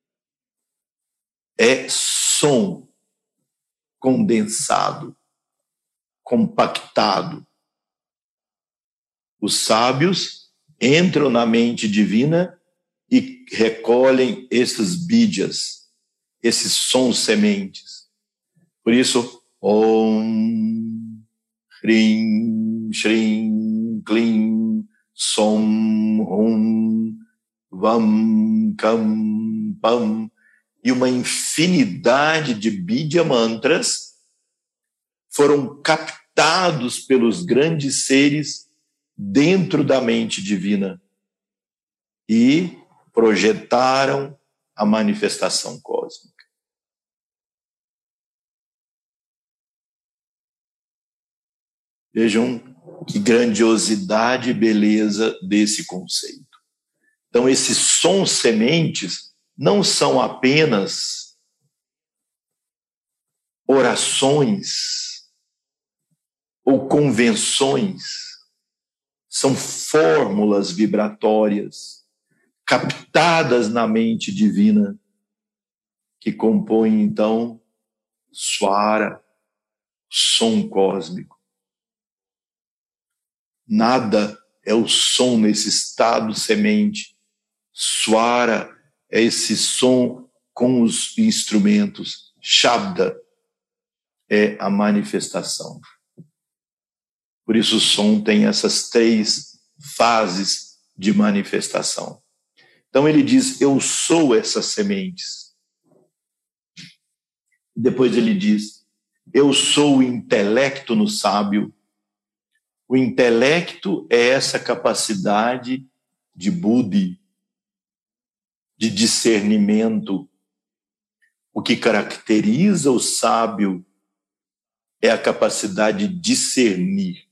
é som condensado, compactado. Os sábios entram na mente divina e recolhem esses bídias, esses sons sementes. Por isso, Om, Hrim, Shrim, Klim, Som, Hum, Vam, Kam, Pam, e uma infinidade de bidya mantras foram captados pelos grandes seres dentro da mente divina e projetaram a manifestação cósmica. Vejam que grandiosidade e beleza desse conceito. Então, esses sons sementes não são apenas orações ou convenções, são fórmulas vibratórias captadas na mente divina que compõem, então, Swara, som cósmico. Nada é o som nesse estado semente. Swara é esse som com os instrumentos. Shabda é a manifestação. Por isso o som tem essas três fases de manifestação. Então ele diz, eu sou essas sementes. Depois ele diz, eu sou o intelecto no sábio. O intelecto é essa capacidade de buddhi, de discernimento. O que caracteriza o sábio é a capacidade de discernir,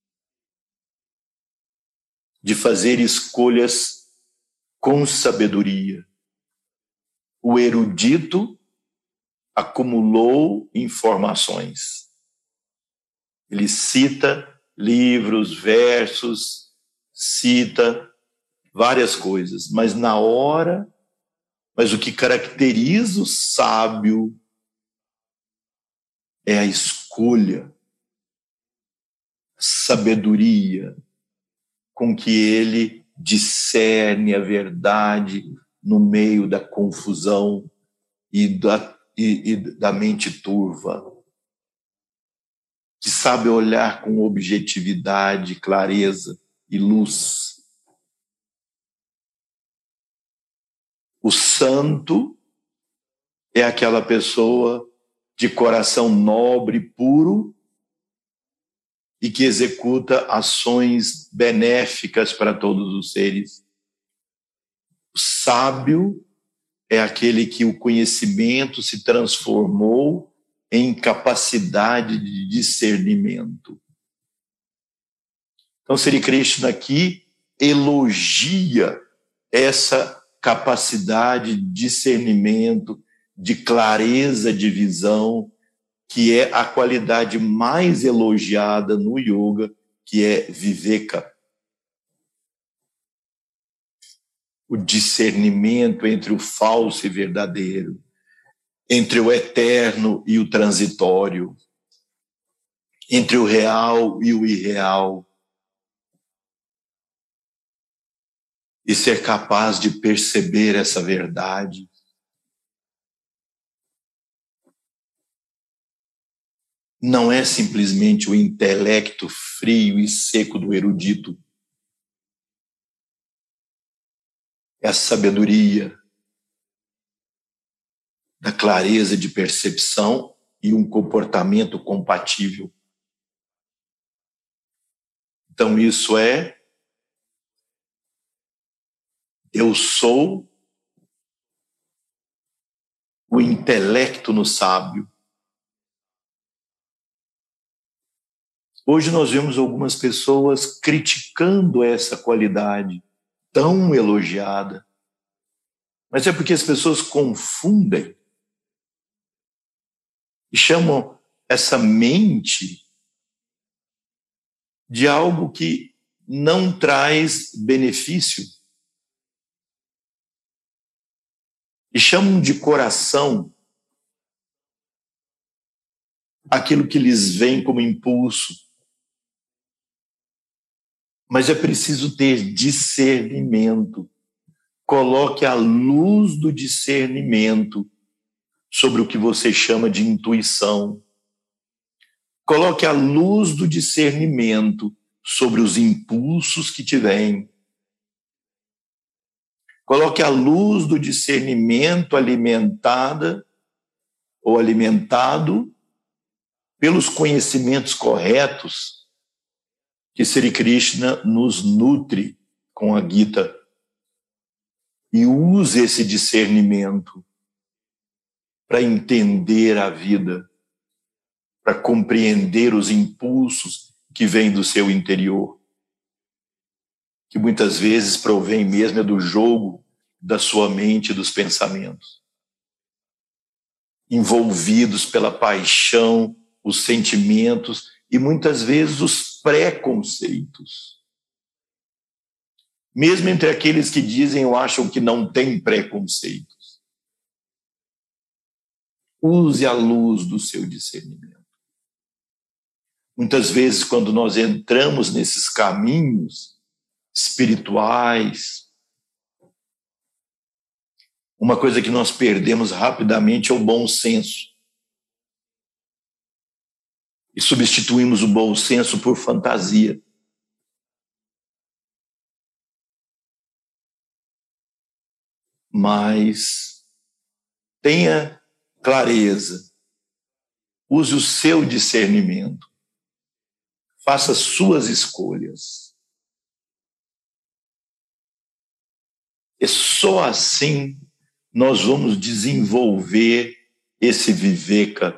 de fazer escolhas com sabedoria. O erudito acumulou informações. Ele cita livros, versos, cita várias coisas, mas o que caracteriza o sábio é a escolha, a sabedoria com que ele discerne a verdade no meio da confusão e da mente turva, que sabe olhar com objetividade, clareza e luz. O santo é aquela pessoa de coração nobre, puro, e que executa ações benéficas para todos os seres. O sábio é aquele que o conhecimento se transformou em capacidade de discernimento. Então, Sri Krishna aqui elogia essa capacidade de discernimento, de clareza de visão, que é a qualidade mais elogiada no yoga, que é viveka. O discernimento entre o falso e verdadeiro, entre o eterno e o transitório, entre o real e o irreal. e ser capaz de perceber essa verdade. Não é simplesmente o intelecto frio e seco do erudito. É a sabedoria da clareza de percepção e um comportamento compatível. Então, isso é: eu sou o intelecto no sábio. Hoje nós vemos algumas pessoas criticando essa qualidade tão elogiada, mas é porque as pessoas confundem e chamam essa mente de algo que não traz benefício. E chamam de coração aquilo que lhes vem como impulso. Mas é preciso ter discernimento. Coloque a luz do discernimento sobre o que você chama de intuição. Coloque a luz do discernimento sobre os impulsos que te vêm. Coloque a luz do discernimento alimentada ou alimentado pelos conhecimentos corretos que Sri Krishna nos nutre com a Gita. E use esse discernimento para entender a vida, para compreender os impulsos que vêm do seu interior, que muitas vezes provém mesmo do jogo da sua mente e dos pensamentos, envolvidos pela paixão, os sentimentos e muitas vezes os preconceitos. Mesmo entre aqueles que dizem ou acham que não têm preconceitos. Use a luz do seu discernimento. Muitas vezes, quando nós entramos nesses caminhos espirituais, uma coisa que nós perdemos rapidamente é o bom senso. E substituímos o bom senso por fantasia. Mas tenha clareza. Use o seu discernimento. Faça suas escolhas. E só assim nós vamos desenvolver esse viveka,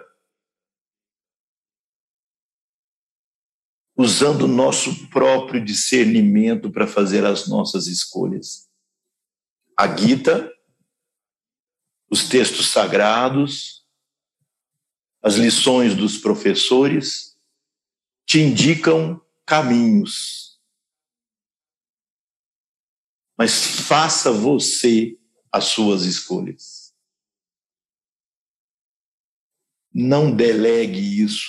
usando o nosso próprio discernimento para fazer as nossas escolhas. A Gita, os textos sagrados, as lições dos professores te indicam caminhos. Mas faça você as suas escolhas. Não delegue isso.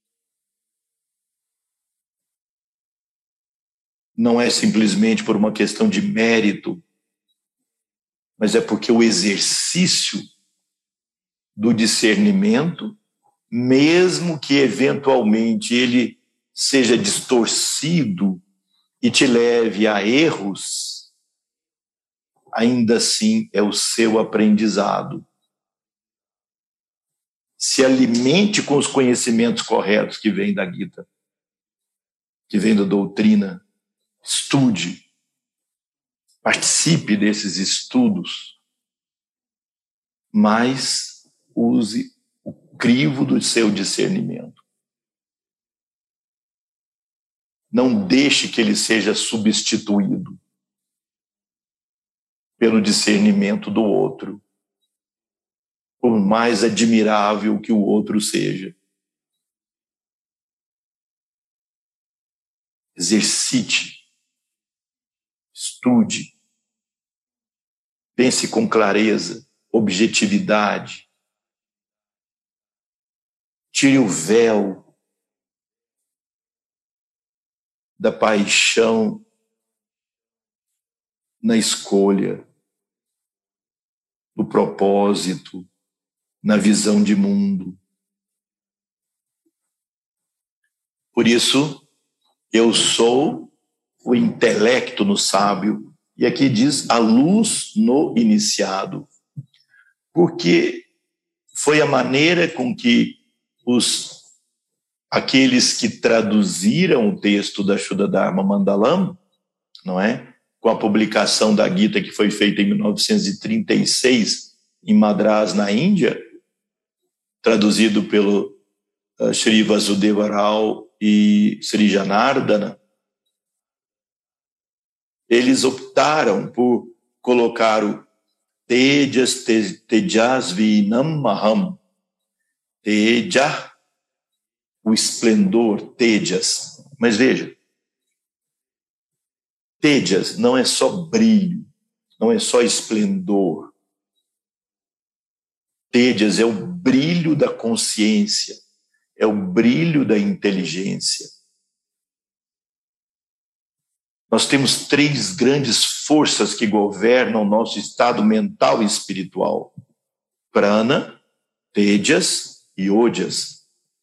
Não é simplesmente por uma questão de mérito, mas é porque o exercício do discernimento, mesmo que eventualmente ele seja distorcido e te leve a erros, ainda assim é o seu aprendizado. Se alimente com os conhecimentos corretos que vêm da Gita, que vêm da doutrina. Estude, participe desses estudos, mas use o crivo do seu discernimento. Não deixe que ele seja substituído pelo discernimento do outro, por mais admirável que o outro seja. Exercite, estude, pense com clareza, objetividade. Tire o véu da paixão na escolha, no propósito, na visão de mundo. Por isso, eu sou o intelecto no sábio, e aqui diz a luz no iniciado, porque foi a maneira com que aqueles que traduziram o texto da Shuddha Dharma Mandalam, não é? Com a publicação da Gita, que foi feita em 1936 em Madras, na Índia, traduzido pelo Sri Vasudeva Rao e Sri Janardana, eles optaram por colocar o Tejas Tejasvinam Maham, Teja, o esplendor, Tejas. Mas veja, Tejas não é só brilho, não é só esplendor. Tejas é o brilho da consciência, é o brilho da inteligência. Nós temos 3 grandes forças que governam o nosso estado mental e espiritual: Prana, Tejas e Ojas.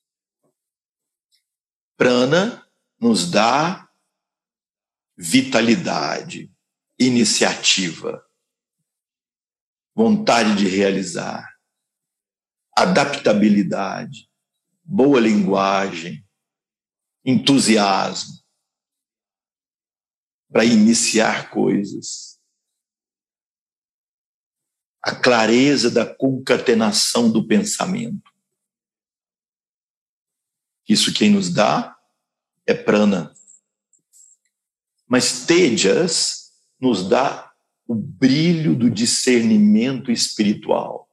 Prana nos dá vitalidade, iniciativa, vontade de realizar, adaptabilidade, boa linguagem, entusiasmo para iniciar coisas, a clareza da concatenação do pensamento. Isso quem nos dá é prana. Mas Tejas nos dá o brilho do discernimento espiritual.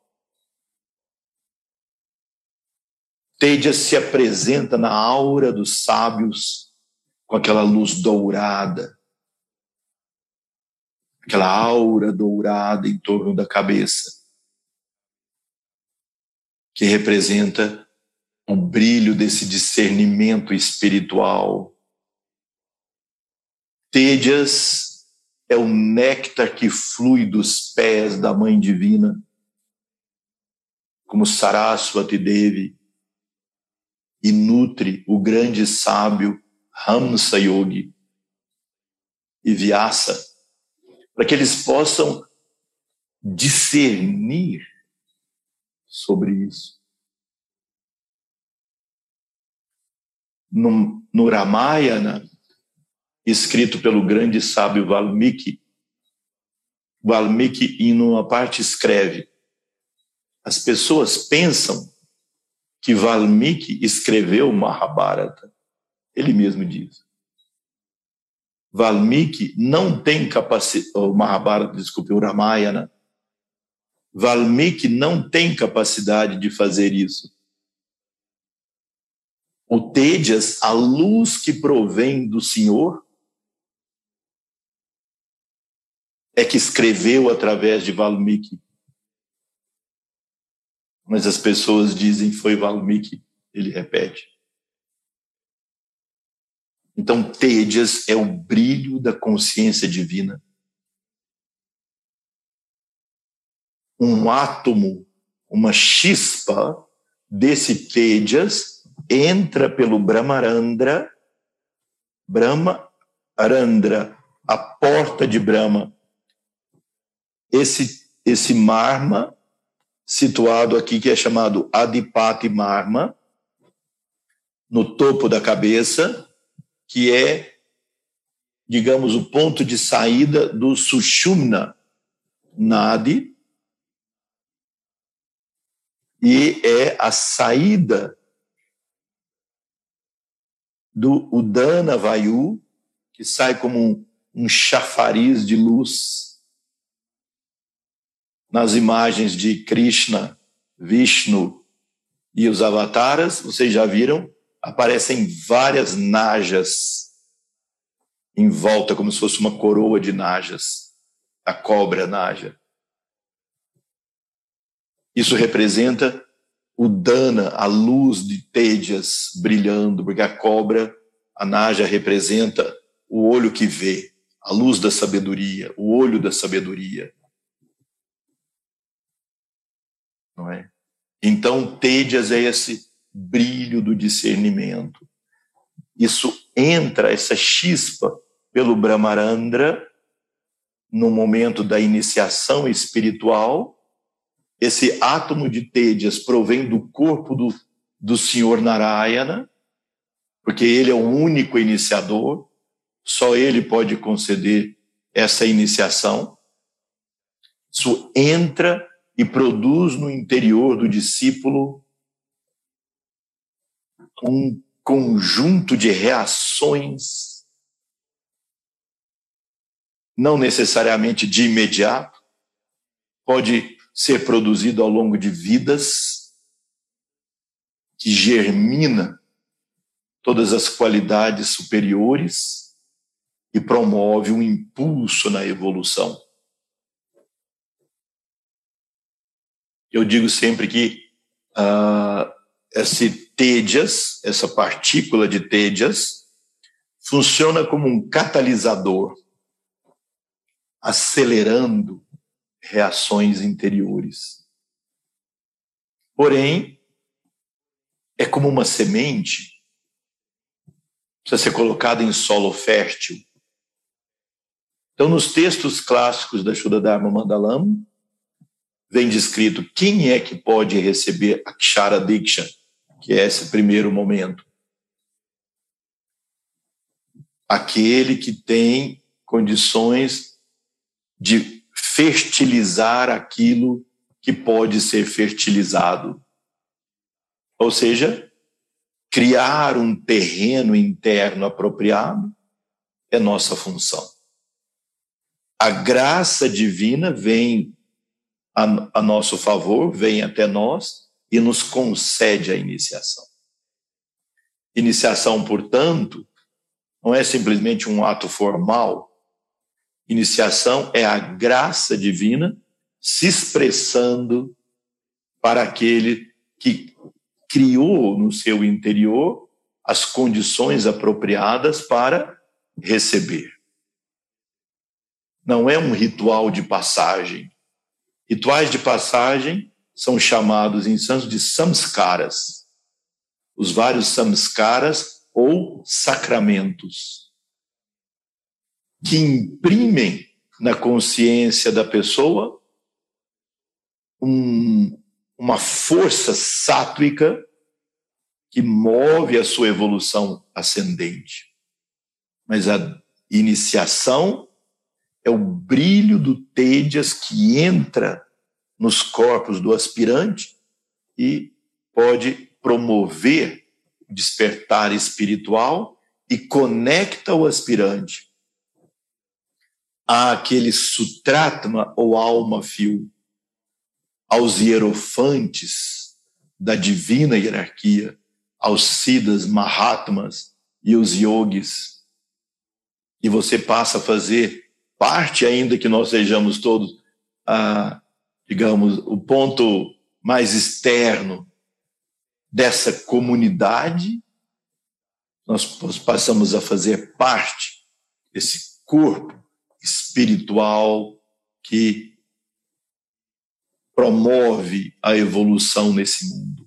Tejas se apresenta na aura dos sábios com aquela luz dourada, aquela aura dourada em torno da cabeça, que representa o brilho desse discernimento espiritual. Tejas é o néctar que flui dos pés da Mãe Divina, como Saraswati Devi, e nutre o grande sábio Hamsa Yogi e Vyasa, para que eles possam discernir sobre isso. No Ramayana, escrito pelo grande sábio Valmiki, em uma parte escreve: as pessoas pensam que Valmiki escreveu o Mahabharata. Ele mesmo diz. Valmiki não tem capacidade, o Mahabharata, desculpe, o Ramayana. Valmiki não tem capacidade de fazer isso. O Tejas, a luz que provém do Senhor, é que escreveu através de Valmiki. Mas as pessoas dizem foi Valmiki, ele repete. Então, Tejas é o brilho da consciência divina. Um átomo, uma chispa desse Tejas entra pelo Brahmarandra, a porta de Brahma. Esse marma, situado aqui, que é chamado Adipati Marma, no topo da cabeça, que é, digamos, o ponto de saída do Sushumna Nadi, e é a saída do Udana Vayu, que sai como um chafariz de luz. Nas imagens de Krishna, Vishnu e os avataras, vocês já viram, aparecem várias najas em volta, como se fosse uma coroa de najas, a cobra naja. Isso representa o Dana, a luz de Tejas brilhando, porque a cobra, a naja, representa o olho que vê, a luz da sabedoria, o olho da sabedoria. Não é? Então, Tejas é esse brilho do discernimento. Isso entra, essa chispa, pelo Brahmarandra, no momento da iniciação espiritual. Esse átomo de Tejas provém do corpo do Senhor Narayana, porque ele é o único iniciador, só ele pode conceder essa iniciação. Isso entra e produz no interior do discípulo um conjunto de reações, não necessariamente de imediato, pode ser produzido ao longo de vidas, que germina todas as qualidades superiores e promove um impulso na evolução. Eu digo sempre que esse Tejas, essa partícula de Tejas, funciona como um catalisador, acelerando reações interiores. Porém, é como uma semente, precisa ser colocada em solo fértil. Então, nos textos clássicos da Shuddha Dharma Mandalam, vem descrito quem é que pode receber Akshara Diksha, que é esse primeiro momento. Aquele que tem condições de fertilizar aquilo que pode ser fertilizado. Ou seja, criar um terreno interno apropriado é nossa função. A graça divina vem a nosso favor, vem até nós e nos concede a iniciação. Iniciação, portanto, não é simplesmente um ato formal. Iniciação é a graça divina se expressando para aquele que criou no seu interior as condições apropriadas para receber. Não é um ritual de passagem. Rituais de passagem são chamados em sânscrito de samskaras. Os vários samskaras ou sacramentos que imprimem na consciência da pessoa uma força sáttvica que move a sua evolução ascendente. Mas a iniciação é o brilho do Tejas que entra nos corpos do aspirante e pode promover o despertar espiritual e conecta o aspirante àquele sutratma ou alma-fio, aos hierofantes da divina hierarquia, aos siddhas, mahatmas e os yogis. E você passa a fazer parte, ainda que nós sejamos todos, digamos, o ponto mais externo dessa comunidade, nós passamos a fazer parte desse corpo espiritual que promove a evolução nesse mundo.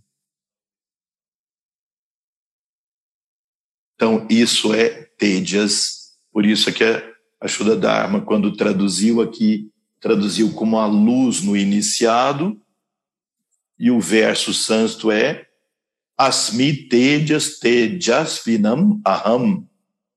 Então, isso é Tejas, por isso é que a Shuddha Dharma, quando traduziu aqui, traduziu como a luz no iniciado, e o verso sânscrito é Asmi Tejas Tejasvinam Aham.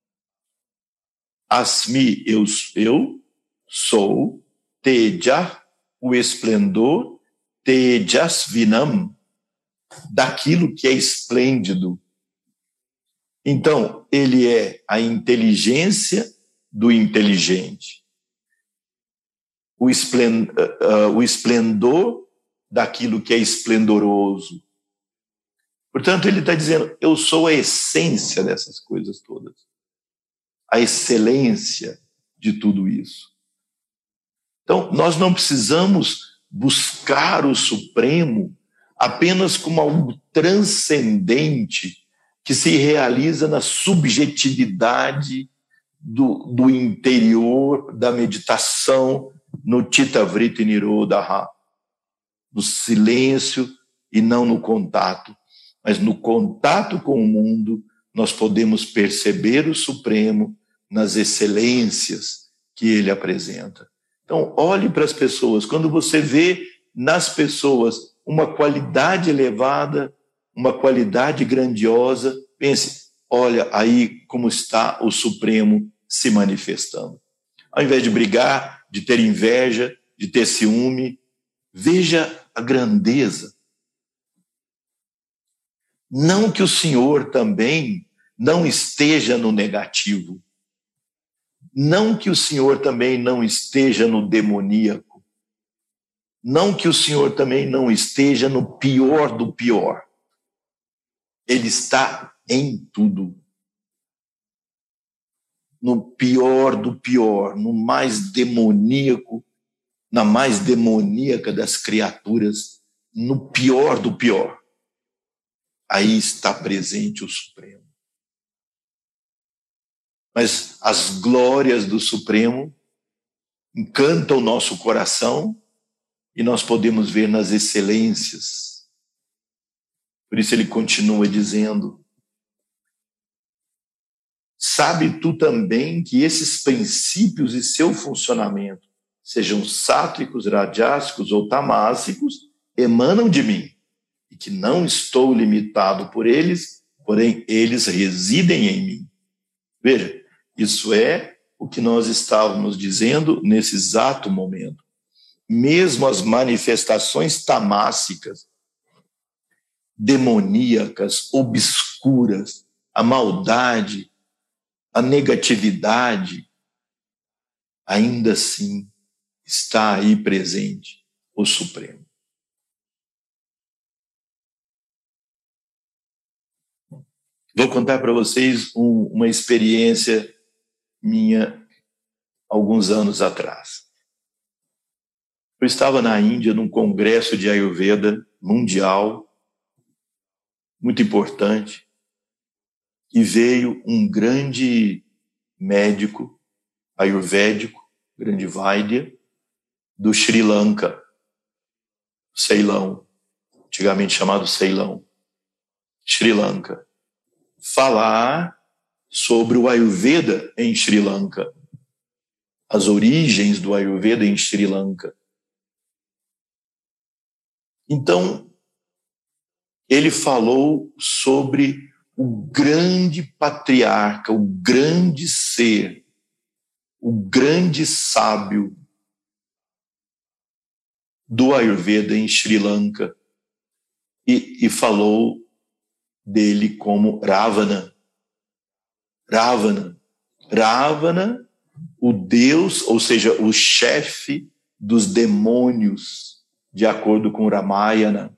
Asmi, eu sou, Teja, o esplendor, Tejasvinam, daquilo que é esplêndido. Então, ele é a inteligência do inteligente, o esplendor daquilo que é esplendoroso. Portanto, ele está dizendo, eu sou a essência dessas coisas todas, a excelência de tudo isso. Então, nós não precisamos buscar o Supremo apenas como algo transcendente que se realiza na subjetividade do interior, da meditação no Chitta Vritti Nirodha, no silêncio e não no contato. Mas no contato com o mundo, nós podemos perceber o Supremo nas excelências que ele apresenta. Então, olhe para as pessoas. Quando você vê nas pessoas uma qualidade elevada, uma qualidade grandiosa, pense, olha aí como está o Supremo se manifestando. Ao invés de brigar, de ter inveja, de ter ciúme, veja a grandeza. Não que o Senhor também não esteja no negativo. Não que o Senhor também não esteja no demoníaco. Não que o Senhor também não esteja no pior do pior. Ele está em tudo. No pior do pior, no mais demoníaco, na mais demoníaca das criaturas, no pior do pior. Aí está presente o Supremo. Mas as glórias do Supremo encantam o nosso coração e nós podemos ver nas excelências. Por isso ele continua dizendo: sabe tu também que esses princípios e seu funcionamento, sejam sátvicos, rajásicos ou tamásicos, emanam de mim, e que não estou limitado por eles, porém eles residem em mim. Veja, isso é o que nós estávamos dizendo nesse exato momento. Mesmo as manifestações tamássicas, demoníacas, obscuras, a maldade, a negatividade, ainda assim está aí presente o Supremo. Vou contar para vocês uma experiência minha alguns anos atrás. Eu estava na Índia num congresso de Ayurveda mundial, muito importante, e veio um grande médico ayurvédico, grande Vaidya, do Sri Lanka, Ceilão, antigamente chamado Ceilão, Sri Lanka, falar sobre o Ayurveda em Sri Lanka, as origens do Ayurveda em Sri Lanka. Então, ele falou sobre o grande patriarca, o grande ser, o grande sábio do Ayurveda em Sri Lanka e falou dele como Ravana. Ravana, o deus, ou seja, o chefe dos demônios, de acordo com Ramayana.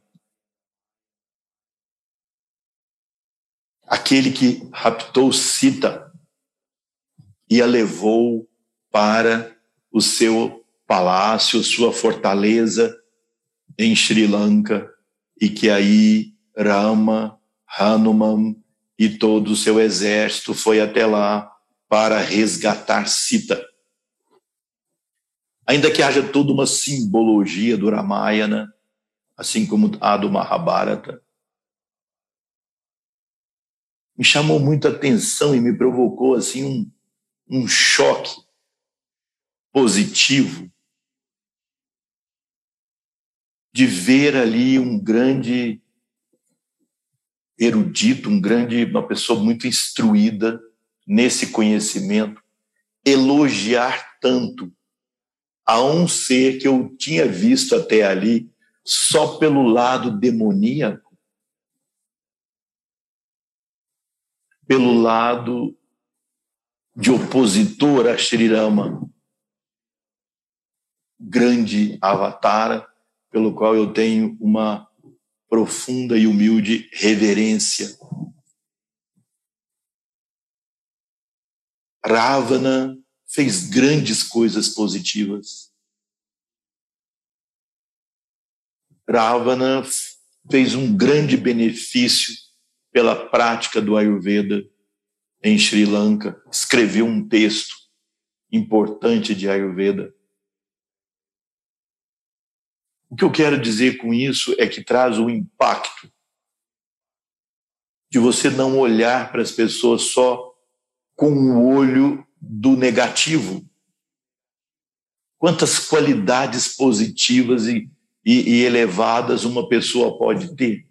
Aquele que raptou Sita e a levou para o seu palácio, sua fortaleza em Sri Lanka, e que aí Rama, Hanuman e todo o seu exército foi até lá para resgatar Sita. Ainda que haja toda uma simbologia do Ramayana, assim como a do Mahabharata, me chamou muita atenção e me provocou assim um choque positivo de ver ali um grande erudito, uma pessoa muito instruída nesse conhecimento, elogiar tanto a um ser que eu tinha visto até ali só pelo lado demoníaco, pelo lado de opositor a Shri Rama, grande avatara, pelo qual eu tenho uma profunda e humilde reverência. Ravana fez grandes coisas positivas. Ravana fez um grande benefício pela prática do Ayurveda. em Sri Lanka, escreveu um texto importante de Ayurveda. O que eu quero dizer com isso é que traz o impacto de você não olhar para as pessoas só com o olho do negativo. Quantas qualidades positivas e elevadas uma pessoa pode ter.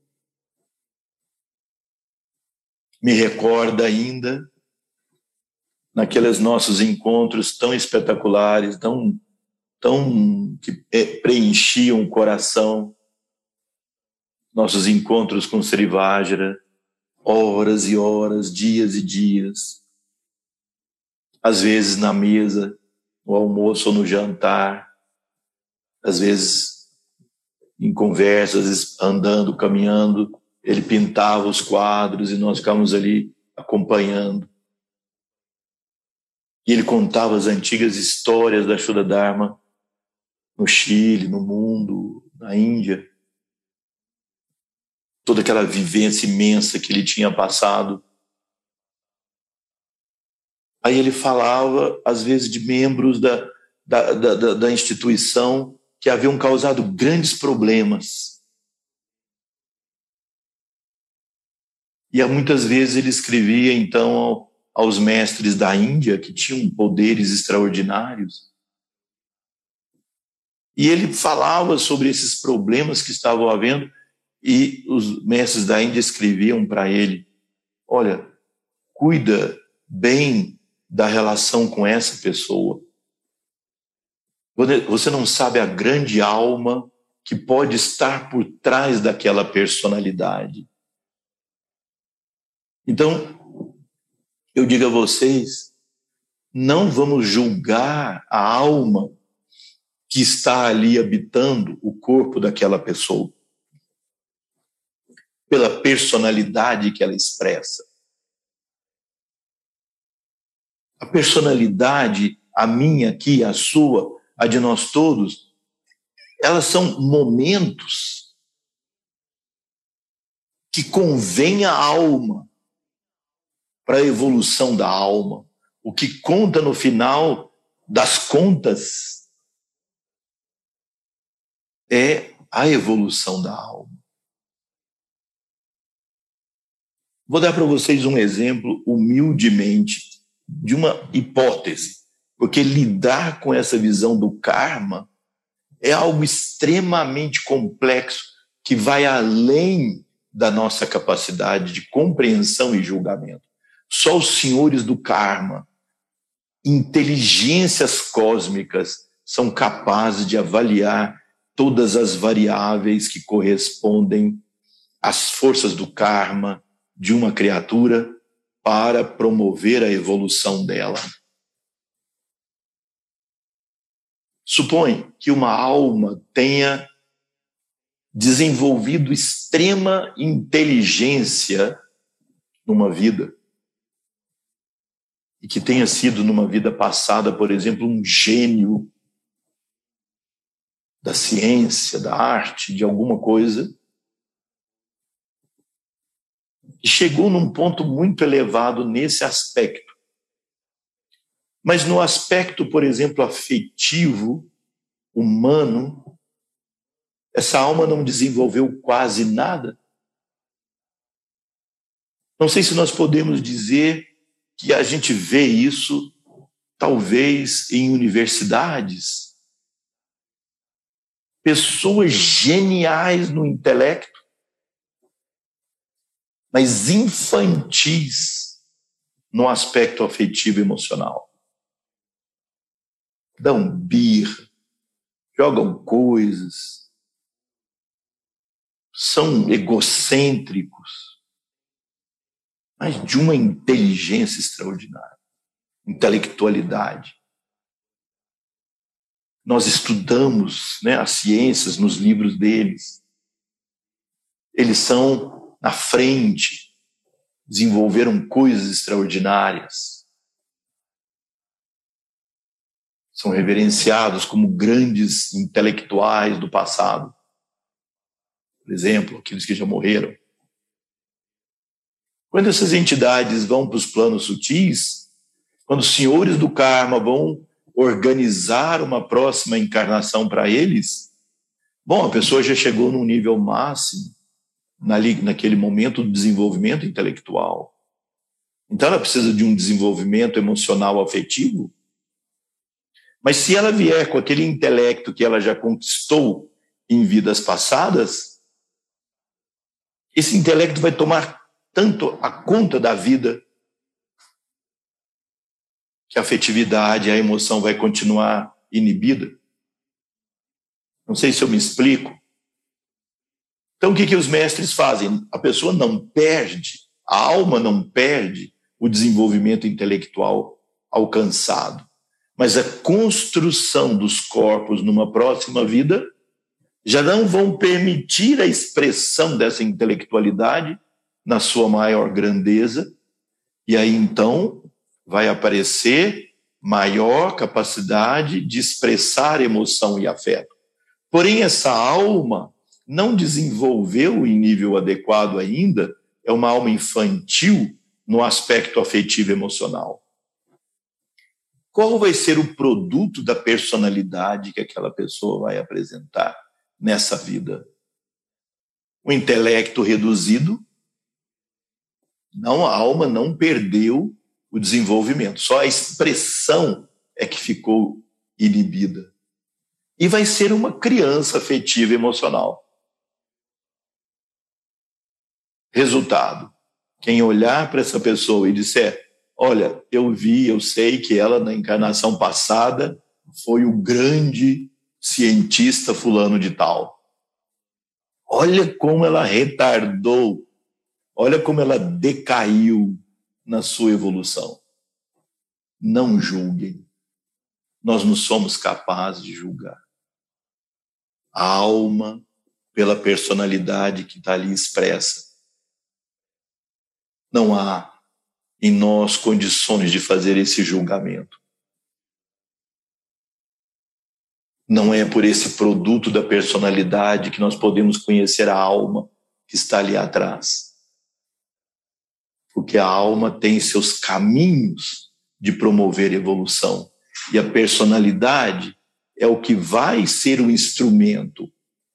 Me recorda ainda naqueles nossos encontros tão espetaculares, tão que preenchiam o coração, nossos encontros com Sri Vajra, horas e horas, dias e dias, às vezes na mesa, no almoço ou no jantar, às vezes em conversas, às vezes andando, caminhando, ele pintava os quadros e nós ficávamos ali acompanhando. E ele contava as antigas histórias da Shuddha Dharma no Chile, no mundo, na Índia. Toda aquela vivência imensa que ele tinha passado. Aí ele falava, às vezes, de membros da instituição que haviam causado grandes problemas. E muitas vezes ele escrevia, então, aos mestres da Índia, que tinham poderes extraordinários. E ele falava sobre esses problemas que estavam havendo, e os mestres da Índia escreviam para ele: olha, cuida bem da relação com essa pessoa. Você não sabe a grande alma que pode estar por trás daquela personalidade. Então, eu digo a vocês, não vamos julgar a alma que está ali habitando o corpo daquela pessoa, pela personalidade que ela expressa. A personalidade, a minha aqui, a sua, a de nós todos, elas são momentos que convém à alma para a evolução da alma. O que conta no final das contas é a evolução da alma. Vou dar para vocês um exemplo, humildemente, de uma hipótese, porque lidar com essa visão do karma é algo extremamente complexo que vai além da nossa capacidade de compreensão e julgamento. Só os senhores do karma, inteligências cósmicas, são capazes de avaliar todas as variáveis que correspondem às forças do karma de uma criatura para promover a evolução dela. Supõe que uma alma tenha desenvolvido extrema inteligência numa vida e que tenha sido numa vida passada, por exemplo, um gênio da ciência, da arte, de alguma coisa, e chegou num ponto muito elevado nesse aspecto. Mas no aspecto, por exemplo, afetivo, humano, essa alma não desenvolveu quase nada. Não sei se nós podemos dizer que a gente vê isso, talvez, em universidades. Pessoas geniais no intelecto, mas infantis no aspecto afetivo e emocional. Dão birra, jogam coisas, são egocêntricos, mas de uma inteligência extraordinária, intelectualidade. Nós estudamos, as ciências nos livros deles. Eles são na frente, desenvolveram coisas extraordinárias. São reverenciados como grandes intelectuais do passado. Por exemplo, aqueles que já morreram. Quando essas entidades vão para os planos sutis, quando os senhores do karma vão organizar uma próxima encarnação para eles, bom, a pessoa já chegou num nível máximo, naquele momento do desenvolvimento intelectual. Então ela precisa de um desenvolvimento emocional afetivo. Mas se ela vier com aquele intelecto que ela já conquistou em vidas passadas, esse intelecto vai tomar tanto a conta da vida que a afetividade, a emoção vai continuar inibida. Não sei se eu me explico. Então, o que os mestres fazem? A pessoa não perde, a alma não perde o desenvolvimento intelectual alcançado. Mas a construção dos corpos numa próxima vida já não vão permitir a expressão dessa intelectualidade na sua maior grandeza, e aí então vai aparecer maior capacidade de expressar emoção e afeto. Porém, essa alma não desenvolveu em nível adequado ainda, é uma alma infantil no aspecto afetivo emocional. Qual vai ser o produto da personalidade que aquela pessoa vai apresentar nessa vida? O intelecto reduzido? Não, a alma não perdeu o desenvolvimento, só a expressão é que ficou inibida. E vai ser uma criança afetiva e emocional. Resultado, quem olhar para essa pessoa e disser, olha, eu sei que ela na encarnação passada foi o grande cientista fulano de tal. Olha como ela retardou, olha como ela decaiu na sua evolução. Não julguem. Nós não somos capazes de julgar. A alma, pela personalidade que está ali expressa. Não há em nós condições de fazer esse julgamento. Não é por esse produto da personalidade que nós podemos conhecer a alma que está ali atrás. Porque a alma tem seus caminhos de promover evolução. E a personalidade é o que vai ser o instrumento.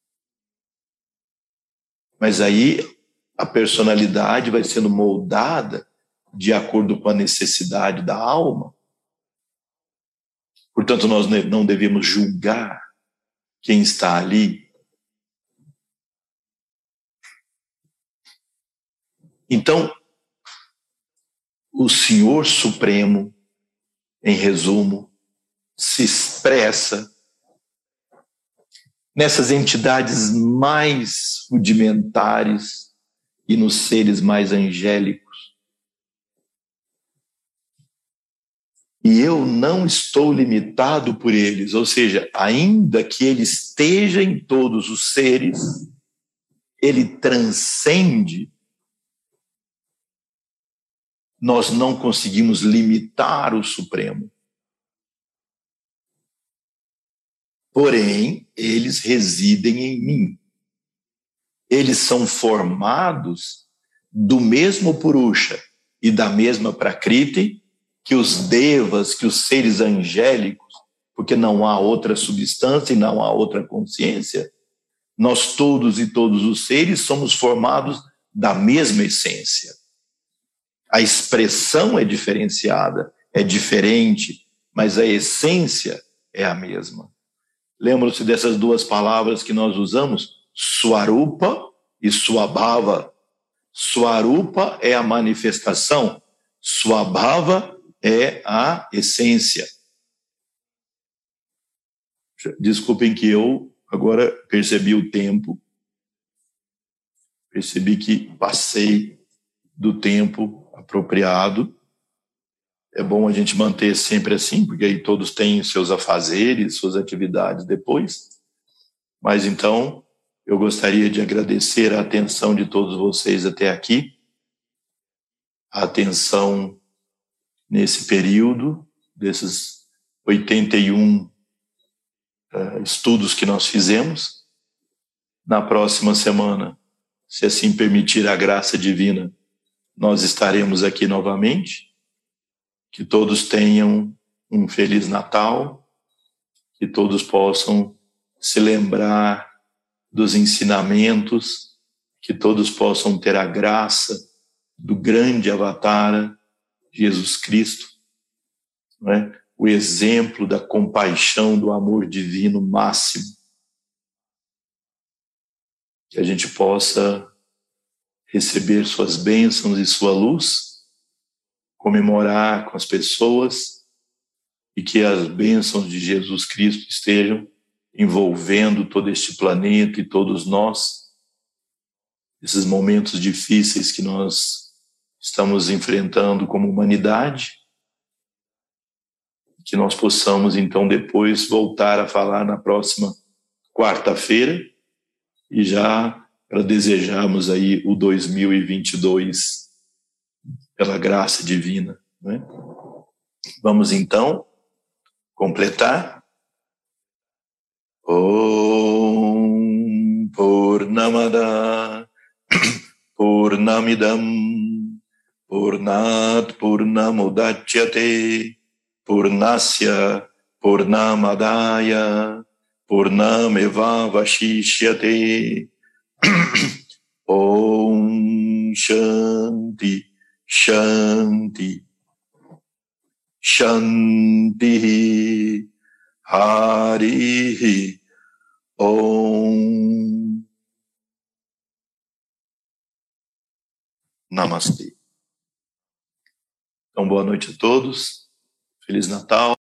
Mas aí a personalidade vai sendo moldada de acordo com a necessidade da alma. Portanto, nós não devemos julgar quem está ali. Então, o Senhor Supremo, em resumo, se expressa nessas entidades mais rudimentares e nos seres mais angélicos. E eu não estou limitado por eles, ou seja, ainda que ele esteja em todos os seres, ele transcende. Nós não conseguimos limitar o Supremo. Porém, eles residem em mim. Eles são formados do mesmo Purusha e da mesma Prakriti que os devas, que os seres angélicos, porque não há outra substância e não há outra consciência. Nós todos e todos os seres somos formados da mesma essência. A expressão é diferenciada, é diferente, mas a essência é a mesma. Lembram-se dessas duas palavras que nós usamos? Swarupa e Swabhava. Swarupa é a manifestação, Swabhava é a essência. Desculpem que eu agora percebi o tempo, percebi que passei do tempo apropriado. É bom a gente manter sempre assim, porque aí todos têm seus afazeres, suas atividades depois. Mas então, eu gostaria de agradecer a atenção de todos vocês até aqui, a atenção nesse período, desses 81 estudos que nós fizemos. Na próxima semana, se assim permitir a graça divina, nós estaremos aqui novamente. Que todos tenham um Feliz Natal, que todos possam se lembrar dos ensinamentos, que todos possam ter a graça do grande Avatara, Jesus Cristo, não é? O exemplo da compaixão, do amor divino máximo. Que a gente possa receber suas bênçãos e sua luz, comemorar com as pessoas e que as bênçãos de Jesus Cristo estejam envolvendo todo este planeta e todos nós, esses momentos difíceis que nós estamos enfrentando como humanidade, que nós possamos então depois voltar a falar na próxima quarta-feira e já para desejarmos aí o 2022 pela graça divina, né? Vamos então completar. Om Purnamada Purnamidam Purnat Purnamudachyate Purnasya Purnamadaya Purnameva Vashishyate. Om Shanti Shanti Shanti Harihi Om Namastê. Então, boa noite a todos. Feliz Natal.